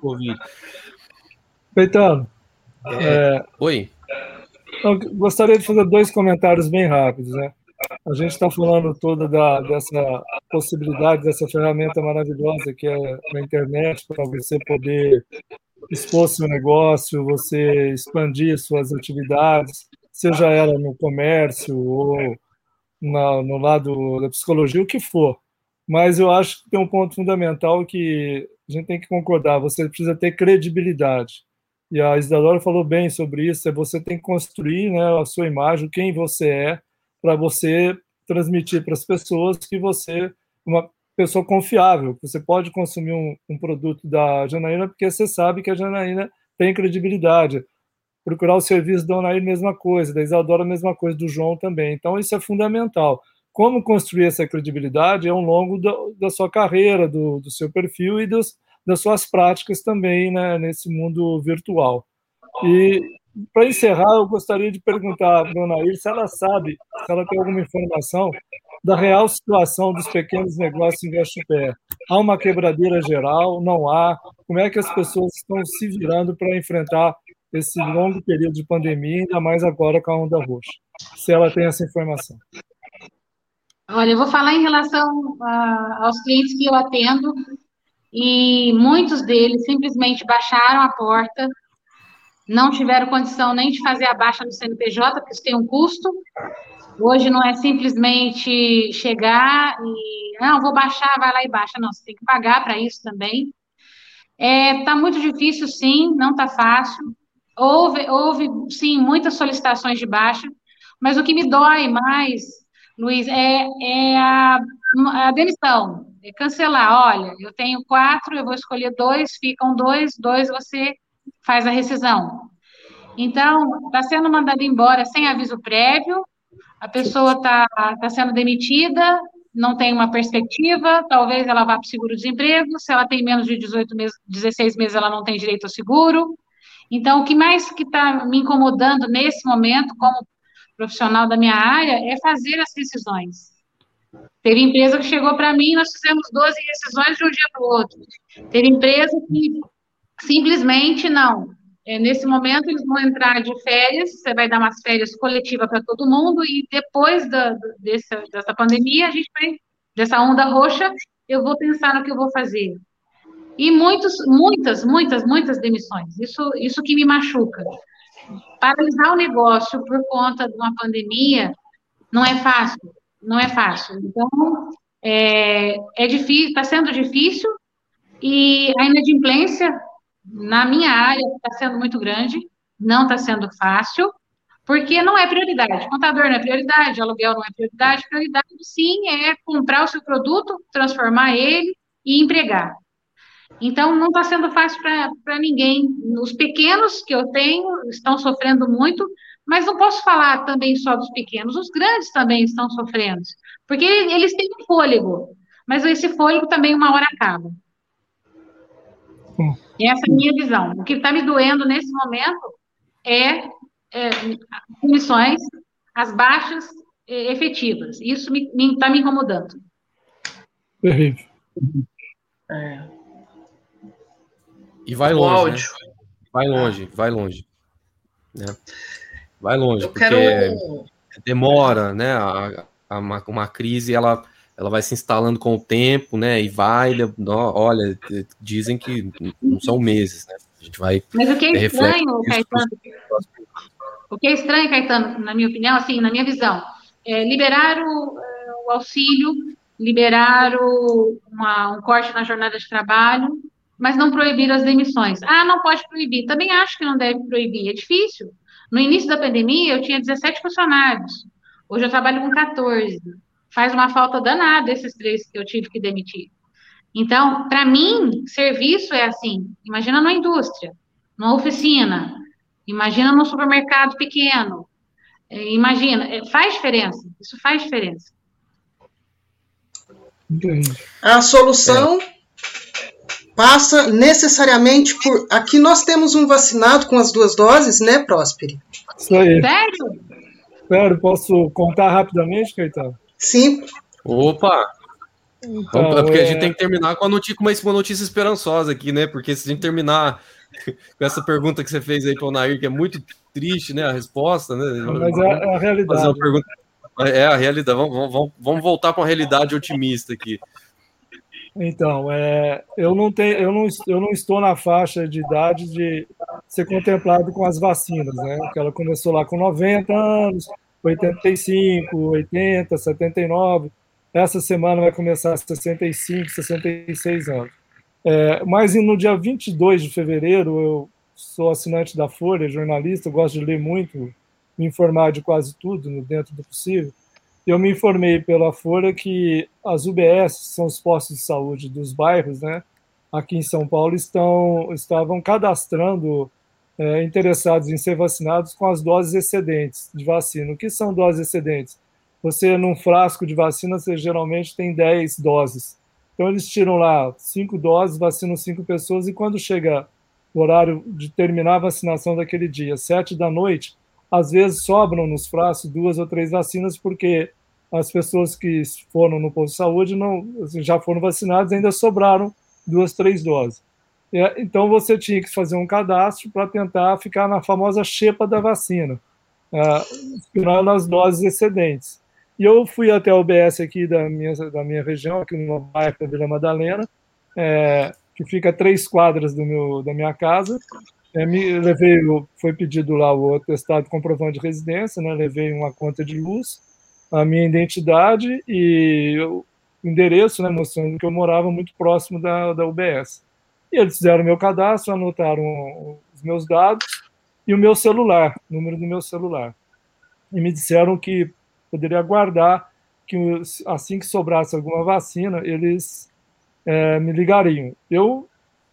Caetano. É... É... Oi. Eu gostaria de fazer dois comentários bem rápidos, né? A gente está falando toda da, dessa possibilidade, dessa ferramenta maravilhosa que é a internet, para você poder expor seu negócio, você expandir suas atividades, seja ela no comércio ou na, no lado da psicologia, o que for. Mas eu acho que tem um ponto fundamental que a gente tem que concordar, você precisa ter credibilidade. E a Isadora falou bem sobre isso, é você tem que construir, né, a sua imagem, quem você é, para você transmitir para as pessoas que você é uma pessoa confiável, que você pode consumir um, um produto da Janaína porque você sabe que a Janaína tem credibilidade. Procurar o serviço da Onair, mesma coisa, da Isadora, mesma coisa, do João também. Então, isso é fundamental. Como construir essa credibilidade é ao longo da, da sua carreira, do, do seu perfil e dos, das suas práticas também, né, nesse mundo virtual. E, para encerrar, eu gostaria de perguntar para a Onair se ela sabe, se ela tem alguma informação da real situação dos pequenos negócios em Guaxupé. Há uma quebradeira geral? Não há? Como é que as pessoas estão se virando para enfrentar esse longo período de pandemia, ainda mais agora com a onda roxa? Se ela tem essa informação. Olha, eu vou falar em relação a, aos clientes que eu atendo, e muitos deles simplesmente baixaram a porta, não tiveram condição nem de fazer a baixa no C N P J, porque isso tem um custo. Hoje não é simplesmente chegar e, não, vou baixar, vai lá e baixa. Não, você tem que pagar para isso também. É, tá muito difícil, sim, não tá fácil. Houve, houve, sim, muitas solicitações de baixa, mas o que me dói mais, Luiz, é, é a, a demissão, é cancelar. Olha, eu tenho quatro, eu vou escolher dois, ficam dois, dois você faz a rescisão. Então, está sendo mandado embora sem aviso prévio, a pessoa está tá sendo demitida, não tem uma perspectiva, talvez ela vá para o seguro-desemprego, se ela tem menos de dezoito meses, dezesseis meses, ela não tem direito ao seguro. Então, o que mais que está me incomodando nesse momento, como profissional da minha área, é fazer as rescisões. Teve empresa que chegou para mim, nós fizemos doze rescisões de um dia para o outro. Teve empresa que simplesmente não. É, nesse momento, eles vão entrar de férias, você vai dar umas férias coletivas para todo mundo, e depois da, dessa, dessa pandemia, a gente vai, dessa onda roxa, eu vou pensar no que eu vou fazer. E muitos, muitas, muitas, muitas demissões. Isso, isso que me machuca. Paralisar o negócio por conta de uma pandemia não é fácil, não é fácil. Então, é, é difícil, está sendo difícil, e a inadimplência, na minha área, está sendo muito grande, não está sendo fácil, porque não é prioridade. Contador não é prioridade, aluguel não é prioridade, prioridade, sim, é comprar o seu produto, transformar ele e empregar. Então, não está sendo fácil para ninguém. Os pequenos que eu tenho estão sofrendo muito, mas não posso falar também só dos pequenos, os grandes também estão sofrendo, porque eles têm um fôlego, mas esse fôlego também uma hora acaba. E essa é a minha visão. O que está me doendo nesse momento é, é as comissões, as baixas é, efetivas. Isso está me, me, tá me incomodando. Terrível. É. E vai longe, né? Vai longe, vai longe. Né? Vai longe, Eu porque quero... demora, né? A, a, uma, uma crise, ela, ela vai se instalando com o tempo, né? E vai, olha, dizem que não são meses, né? A gente vai... Mas o que é estranho, Caetano, o que é estranho, Caetano, na minha opinião, assim, na minha visão, é liberar o, o auxílio, liberar o, uma, um corte na jornada de trabalho, mas não proibir as demissões. Ah, não pode proibir. Também acho que não deve proibir. É difícil. No início da pandemia, eu tinha dezessete funcionários. Hoje eu trabalho com quatorze. Faz uma falta danada esses três que eu tive que demitir. Então, para mim, serviço é assim. Imagina numa indústria, numa oficina, imagina num supermercado pequeno. Imagina, faz diferença. Isso faz diferença. A solução... É. Passa necessariamente por... Aqui nós temos um vacinado com as duas doses, né, Próspere? Isso aí. Sério? Sério, posso contar rapidamente, Caetano? Sim. Opa! Então, é porque é... a gente tem que terminar com, a notícia, com uma notícia esperançosa aqui, né? Porque se a gente terminar com essa pergunta que você fez aí para o Nair, que é muito triste, né? A resposta, né? Mas é, é a realidade. Fazer uma pergunta... É a realidade. Vamos, vamos, vamos voltar para uma realidade otimista aqui. Então, é, eu, não tenho, eu, não, eu não estou na faixa de idade de ser contemplado com as vacinas, né? Porque ela começou lá com noventa anos, oitenta e cinco, oitenta, setenta e nove. Essa semana vai começar sessenta e cinco, sessenta e seis anos. É, mas no dia vinte e dois de fevereiro, eu sou assinante da Folha, jornalista, eu gosto de ler muito, me informar de quase tudo, dentro do possível. Eu me informei pela Folha que as U B S, são os postos de saúde dos bairros, né, aqui em São Paulo, estão, estavam cadastrando é, interessados em ser vacinados com as doses excedentes de vacina. O que são doses excedentes? Você, num frasco de vacina, você geralmente tem dez doses. Então, eles tiram lá cinco doses, vacinam cinco pessoas, e quando chega o horário de terminar a vacinação daquele dia, sete da noite, às vezes sobram nos frascos duas ou três vacinas, porque as pessoas que foram no posto de saúde não, assim, já foram vacinadas, ainda sobraram duas, três doses. Então, você tinha que fazer um cadastro para tentar ficar na famosa xepa da vacina, esperando as doses excedentes. E eu fui até a U B S aqui da minha, da minha região, aqui no bairro da Vila Madalena, é, que fica a três quadras do meu, da minha casa. É, me levei, foi pedido lá o atestado comprovante de residência, né? Levei uma conta de luz, a minha identidade e o endereço, né? Mostrando que eu morava muito próximo da, da U B S. E eles fizeram meu cadastro, anotaram os meus dados e o meu celular, o número do meu celular. E me disseram que poderia aguardar que assim que sobrasse alguma vacina, eles é, me ligariam. Eu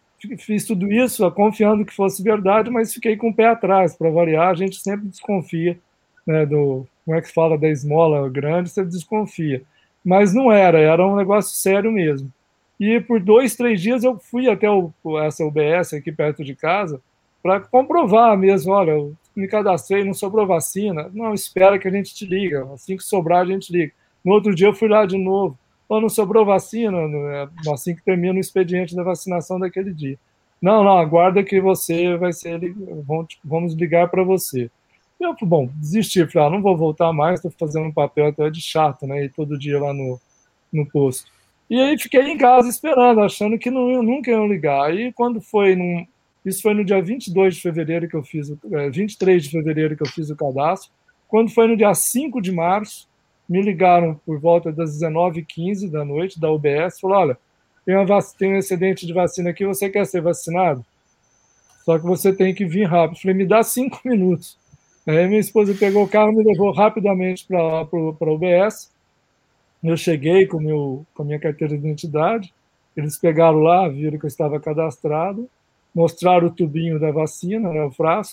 fiz tudo isso confiando que fosse verdade, mas fiquei com o pé atrás, para variar. A gente sempre desconfia, né, do, como é que fala, da esmola grande, você desconfia. Mas não era, era um negócio sério mesmo. E por dois, três dias eu fui até o, essa U B S aqui perto de casa para comprovar mesmo, olha, eu me cadastrei, não sobrou vacina. Não, espera que a gente te liga, assim que sobrar a gente liga. No outro dia eu fui lá de novo. Ou não sobrou vacina, assim que termina o expediente da vacinação daquele dia. Não, não, aguarda que você vai ser, vamos ligar para você. Eu, bom, desisti, falei, ah, não vou voltar mais, estou fazendo um papel até de chato, né, e todo dia lá no, no posto. E aí fiquei em casa esperando, achando que não, nunca iam ligar. Aí quando foi, num, isso foi no dia vinte e dois de fevereiro que eu fiz, vinte e três de fevereiro que eu fiz o cadastro, quando foi no dia cinco de março, me ligaram por volta das dezenove e quinze da noite, da U B S, falaram, olha, tem, uma tem um excedente de vacina aqui, você quer ser vacinado? Só que você tem que vir rápido. Falei, me dá cinco minutos. Aí minha esposa pegou o carro e me levou rapidamente para a U B S. Eu cheguei com, meu, com a minha carteira de identidade, eles pegaram lá, viram que eu estava cadastrado, mostraram o tubinho da vacina, né, o frasco.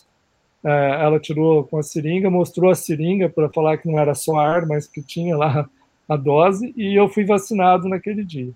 É, ela tirou com a seringa, mostrou a seringa para falar que não era só ar, mas que tinha lá a dose, e eu fui vacinado naquele dia.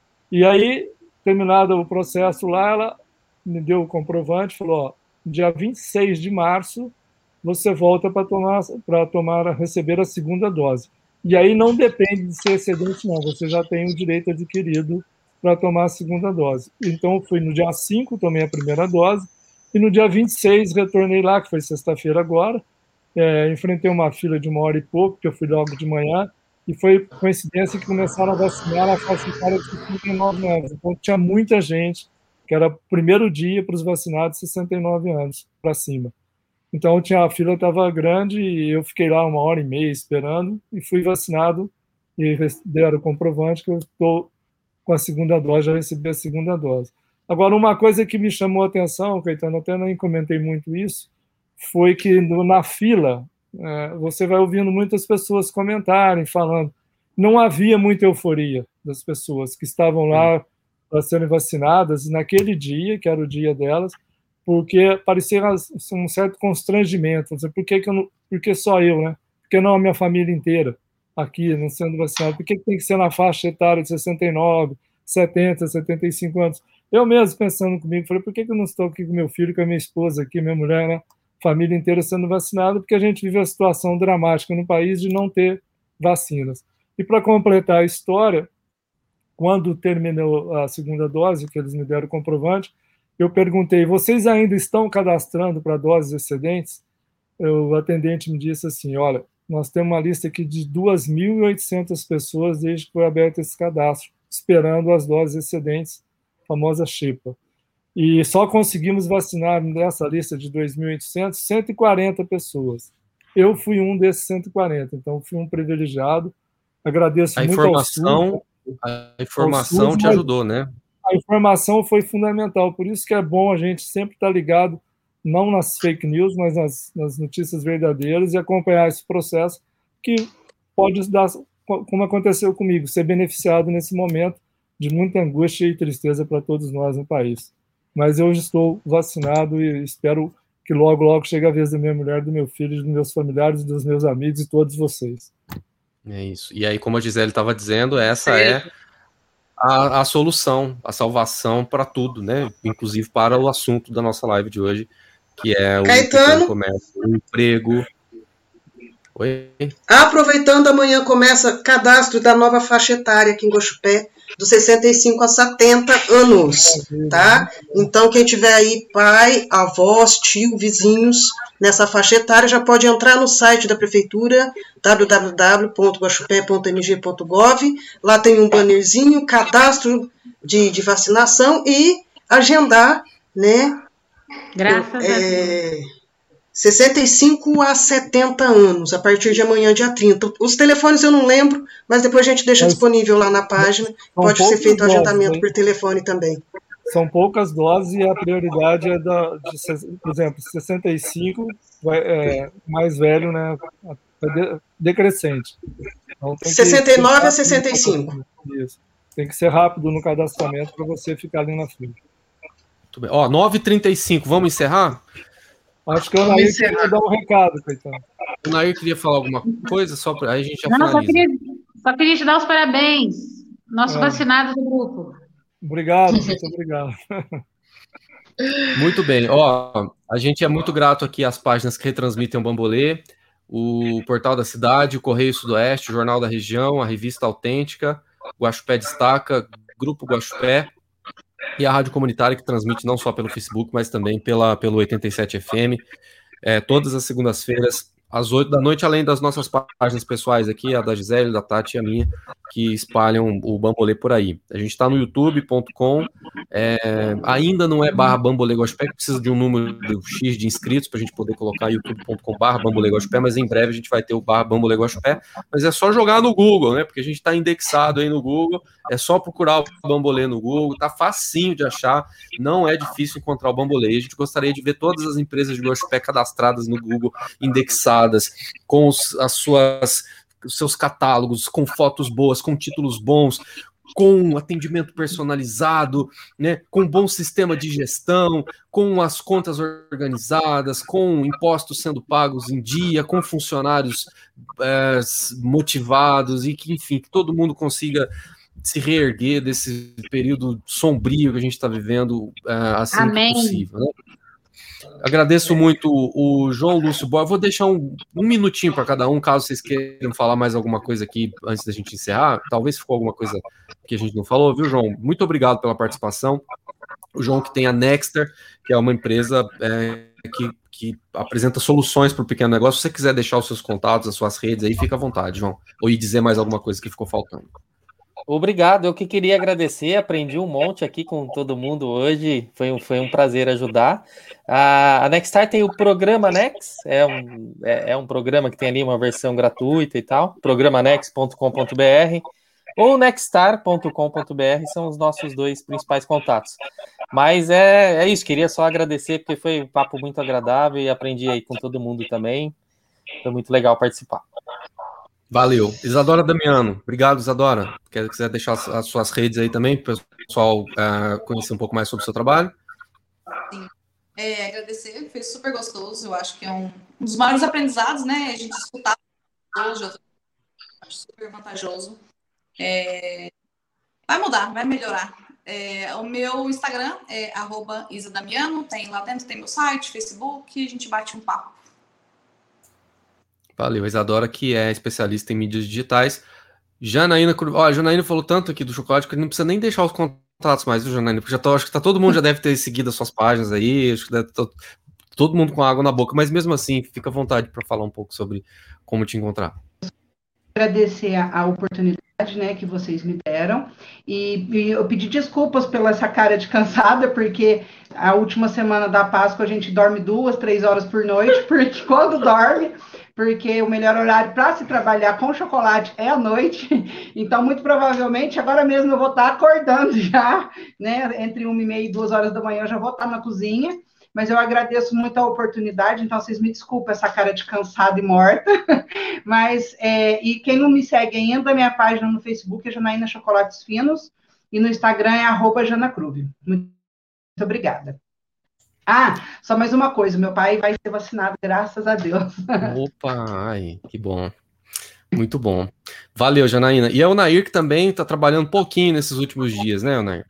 E aí, terminado o processo lá, ela me deu o comprovante, falou, ó, dia vinte e seis de março, você volta para tomar, para tomar, receber a segunda dose. E aí não depende de ser excedente, não, você já tem o direito adquirido para tomar a segunda dose. Então, fui no dia cinco, tomei a primeira dose, e no dia vinte e seis, retornei lá, que foi sexta-feira agora, é, enfrentei uma fila de uma hora e pouco, que eu fui logo de manhã, e foi coincidência que começaram a vacinar a faixa etária de sessenta e nove anos. Então, tinha muita gente, que era o primeiro dia para os vacinados de sessenta e nove anos para cima. Então, tinha, a fila estava grande, e eu fiquei lá uma hora e meia esperando, e fui vacinado, e deram o comprovante que eu estou com a segunda dose, já recebi a segunda dose. Agora, uma coisa que me chamou a atenção, Caetano, até nem comentei muito isso, foi que no, na fila, é, você vai ouvindo muitas pessoas comentarem, falando, não havia muita euforia das pessoas que estavam lá para serem vacinadas naquele dia, que era o dia delas, porque parecia um certo constrangimento. Por que, que, eu não, por que só eu, né? Por que não a minha família inteira aqui não sendo vacinada? Por que, que tem que ser na faixa etária de sessenta e nove, setenta, setenta e cinco anos? Eu mesmo pensando comigo, falei, por que eu não estou aqui com meu filho, com a minha esposa aqui, minha mulher, né? Família inteira sendo vacinada, porque a gente vive a situação dramática no país de não ter vacinas. E para completar a história, quando terminou a segunda dose, que eles me deram o comprovante, eu perguntei, vocês ainda estão cadastrando para doses excedentes? O atendente me disse assim, olha, nós temos uma lista aqui de duas mil e oitocentas pessoas desde que foi aberto esse cadastro, esperando as doses excedentes, famosa xepa. E só conseguimos vacinar nessa lista de dois mil e oitocentos, cento e quarenta pessoas. Eu fui um desses cento e quarenta, então fui um privilegiado. Agradeço a muito informação, ao SUS. A informação SUS, te ajudou, né? A informação foi fundamental, por isso que é bom a gente sempre estar ligado, não nas fake news, mas nas, nas notícias verdadeiras e acompanhar esse processo que pode dar, como aconteceu comigo, ser beneficiado nesse momento de muita angústia e tristeza para todos nós no país. Mas eu estou vacinado e espero que logo, logo chegue a vez da minha mulher, do meu filho, dos meus familiares, dos meus amigos e todos vocês. É isso. E aí, como a Gisele estava dizendo, essa é a, a solução, a salvação para tudo, né? Inclusive para o assunto da nossa live de hoje, que é o Caetano, comércio, o emprego. Oi? Aproveitando, amanhã começa cadastro da nova faixa etária aqui em Guaxupé, dos sessenta e cinco a setenta anos, tá? Então, quem tiver aí, pai, avós, tio, vizinhos, nessa faixa etária, já pode entrar no site da Prefeitura, w w w ponto guaxupé ponto m g ponto gov. Lá tem um bannerzinho, cadastro de, de vacinação e agendar, né? Graças é, a Deus. sessenta e cinco a setenta anos, a partir de amanhã, dia trinta. Os telefones eu não lembro, mas depois a gente deixa mas, disponível lá na página. Pode ser feito o agendamento doses, por telefone também. São poucas doses e a prioridade é da, de, por exemplo, sessenta e cinco, vai, é, mais velho, né, decrescente. Então, tem sessenta e nove a sessenta e cinco. Isso. Tem que ser rápido no cadastramento para você ficar ali na frente. Muito bem. Ó, nove e trinta e cinco, vamos encerrar? Acho que o Nair queria dar um recado, Caetano. O Nair queria falar alguma coisa, só para aí a gente já Não, finaliza. Só queria, só queria te dar os parabéns. Nosso é. vacinado do grupo. Obrigado, muito obrigado. Muito bem. Ó, a gente é muito grato aqui às páginas que retransmitem o Bambolê, o Portal da Cidade, o Correio Sudoeste, o Jornal da Região, a Revista Autêntica, Guaxupé Destaca, Grupo Guaxupé e a Rádio Comunitária, que transmite não só pelo Facebook, mas também pela, pelo oitenta e sete F M, é, todas as segundas-feiras, às oito da noite, além das nossas páginas pessoais aqui, a da Gisele, da Tati e a minha, que espalham o Bambolê por aí. A gente está no youtube ponto com, é, ainda não é barra Bambolê Guaxupé, que precisa de um número X de inscritos para a gente poder colocar youtube ponto com barra Bambolê Guaxupé, mas em breve a gente vai ter o barra Bambolê Guaxupé, mas é só jogar no Google, né? Porque a gente está indexado aí no Google, é só procurar o Bambolê no Google, tá facinho de achar, não é difícil encontrar o Bambolê. E a gente gostaria de ver todas as empresas de Guaxupé cadastradas no Google, indexadas, com os, as suas, os seus catálogos, com fotos boas, com títulos bons, com atendimento personalizado, né, com um bom sistema de gestão, com as contas organizadas, com impostos sendo pagos em dia, com funcionários é, motivados e que, enfim, que todo mundo consiga se reerguer desse período sombrio que a gente está vivendo é, assim Amém. que possível, né? Agradeço muito o João Lúcio Borges. Vou deixar um, um minutinho para cada um, caso vocês queiram falar mais alguma coisa aqui antes da gente encerrar. Talvez ficou alguma coisa que a gente não falou, viu, João? Muito obrigado pela participação. O João, que tem a Nexter, que é uma empresa é, que, que apresenta soluções para o pequeno negócio. Se você quiser deixar os seus contatos, as suas redes aí, fica à vontade, João. Ou ir dizer mais alguma coisa que ficou faltando. Obrigado, eu que queria agradecer, aprendi um monte aqui com todo mundo hoje, foi um, foi um prazer ajudar. A, a Nextar tem o programa Nex, é um, é, é um programa que tem ali uma versão gratuita e tal, programa nex ponto com ponto b r ou nextar ponto com ponto b r são os nossos dois principais contatos. Mas é, é isso, queria só agradecer, porque foi um papo muito agradável e aprendi aí com todo mundo também, foi muito legal participar. Valeu. Isadora Damiano. Obrigado, Isadora. Quer quiser deixar as suas redes aí também, para o pessoal uh, conhecer um pouco mais sobre o seu trabalho? Sim. É, agradecer, foi super gostoso. Eu acho que é um, um dos maiores aprendizados, né? A gente escutar hoje, eu acho super vantajoso. É, vai mudar, vai melhorar. É, o meu Instagram é arroba isadamiano, tem lá dentro, tem meu site, Facebook, e a gente bate um papo. Valeu, a Isadora, que é especialista em mídias digitais. Janaína, ó, a Janaína falou tanto aqui do chocolate que não precisa nem deixar os contatos mais, viu, Janaína? Porque já tô, acho que tá, todo mundo já deve ter seguido as suas páginas aí, acho que deve tá, todo mundo com água na boca, mas mesmo assim, fica à vontade para falar um pouco sobre como te encontrar. Agradecer a, a oportunidade, né, que vocês me deram, e, e eu pedi desculpas pela essa cara de cansada, porque a última semana da Páscoa a gente dorme duas, três horas por noite, porque quando dorme, porque o melhor horário para se trabalhar com chocolate é à noite, então muito provavelmente agora mesmo eu vou estar acordando já, né, entre uma e meia e duas horas da manhã eu já vou estar na cozinha, mas eu agradeço muito a oportunidade, então vocês me desculpem essa cara de cansada e morta, mas, é, e quem não me segue ainda, minha página no Facebook é Janaína Chocolates Finos, e no Instagram é arroba janacruve. Muito obrigada. Ah, só mais uma coisa, meu pai vai ser vacinado, graças a Deus. Opa, ai, que bom. Muito bom. Valeu, Janaína. E é o Nair que também está trabalhando um pouquinho nesses últimos dias, né, Nair?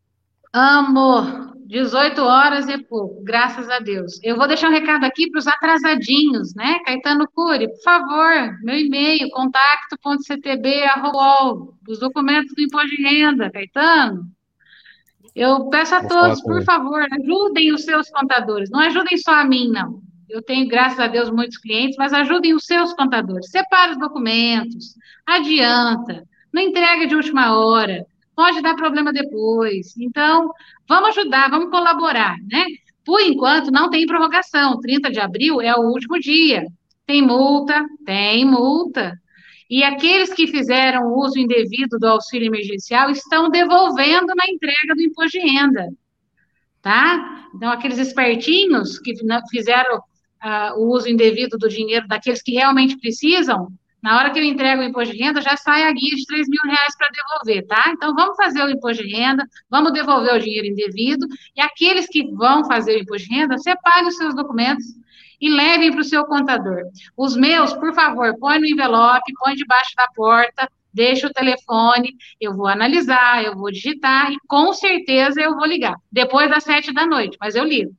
Amor, dezoito horas e pouco, graças a Deus. Eu vou deixar um recado aqui para os atrasadinhos, né? Caetano Cury, por favor, meu e-mail, contato ponto c t b arroba os documentos do imposto de renda, Caetano. Eu peço a todos, por favor, ajudem os seus contadores, não ajudem só a mim, não. eu tenho, graças a Deus, muitos clientes, mas ajudem os seus contadores. Separe os documentos, adianta, não entrega de última hora, pode dar problema depois. Então, vamos ajudar, vamos colaborar, né? Por enquanto, não tem prorrogação. trinta de abril é o último dia. Tem multa? Tem multa. E aqueles que fizeram uso indevido do auxílio emergencial estão devolvendo na entrega do imposto de renda, tá? Então, aqueles espertinhos que fizeram uh, o uso indevido do dinheiro daqueles que realmente precisam, na hora que eu entrego o imposto de renda, já sai a guia de três mil reais para devolver, tá? Então, vamos fazer o imposto de renda, vamos devolver o dinheiro indevido, e aqueles que vão fazer o imposto de renda, separem os seus documentos e levem para o seu contador. Os meus, por favor, põe no envelope, põe debaixo da porta, deixa o telefone, eu vou analisar, eu vou digitar, e com certeza eu vou ligar, depois das sete da noite, mas eu ligo.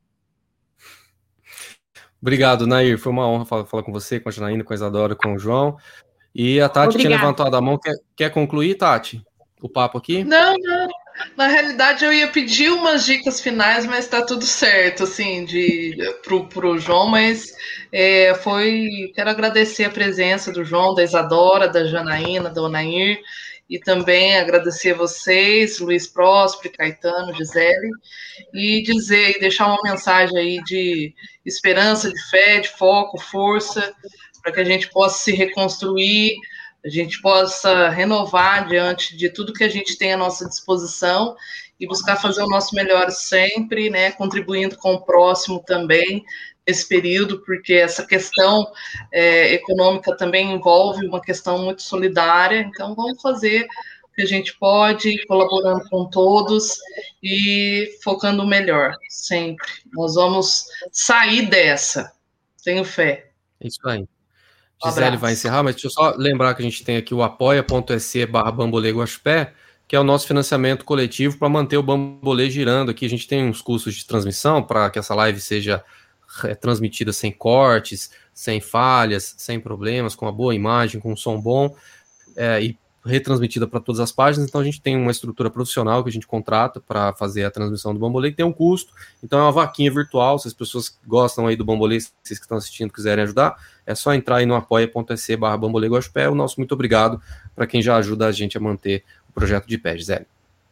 Obrigado, Nair. Foi uma honra falar, falar com você, com a Janaína, com a Isadora, com o João. E a Tati Obrigada. Tinha levantado a mão. Quer, quer concluir, Tati, o papo aqui? Não, não. Na realidade, eu ia pedir umas dicas finais, mas está tudo certo, assim, de, pro, pro João, mas é, foi... Quero agradecer a presença do João, da Isadora, da Janaína, da Onair, e também agradecer a vocês, Luiz Próspero, Caetano, Gisele, e dizer, e deixar uma mensagem aí de esperança, de fé, de foco, força, para que a gente possa se reconstruir, a gente possa renovar diante de tudo que a gente tem à nossa disposição e buscar fazer o nosso melhor sempre, né, contribuindo com o próximo também, nesse período, porque essa questão é, econômica também envolve uma questão muito solidária, então vamos fazer o que a gente pode, colaborando com todos e focando o melhor, sempre. Nós vamos sair dessa, tenho fé. É isso aí. Gisele vai encerrar, mas deixa eu só lembrar que a gente tem aqui o apoia.se barra Bambolê Guaxupé, que é o nosso financiamento coletivo para manter o Bambolê girando aqui. A gente tem uns custos de transmissão para que essa live seja é, transmitida sem cortes, sem falhas, sem problemas, com uma boa imagem, com um som bom, é, e retransmitida para todas as páginas. Então a gente tem uma estrutura profissional que a gente contrata para fazer a transmissão do Bambolê, que tem um custo, então é uma vaquinha virtual. Se as pessoas gostam aí do Bambolê, vocês que estão assistindo quiserem ajudar, é só entrar aí no apoia.se barra Bambolê Guaxupé. O nosso muito obrigado para quem já ajuda a gente a manter o projeto de pé. Gisele.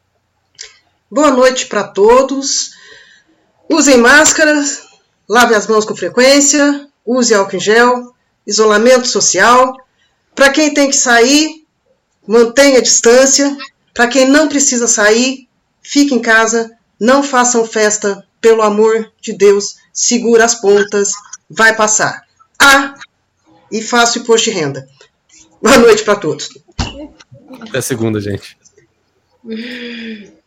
Boa noite para todos. Usem máscaras, lavem as mãos com frequência, use álcool em gel, isolamento social. Para quem tem que sair, mantenha a distância. Para quem não precisa sair, fique em casa. Não façam festa, pelo amor de Deus. Segura as pontas, vai passar. Ah, e faça o imposto de renda. Boa noite para todos. Até segunda, gente.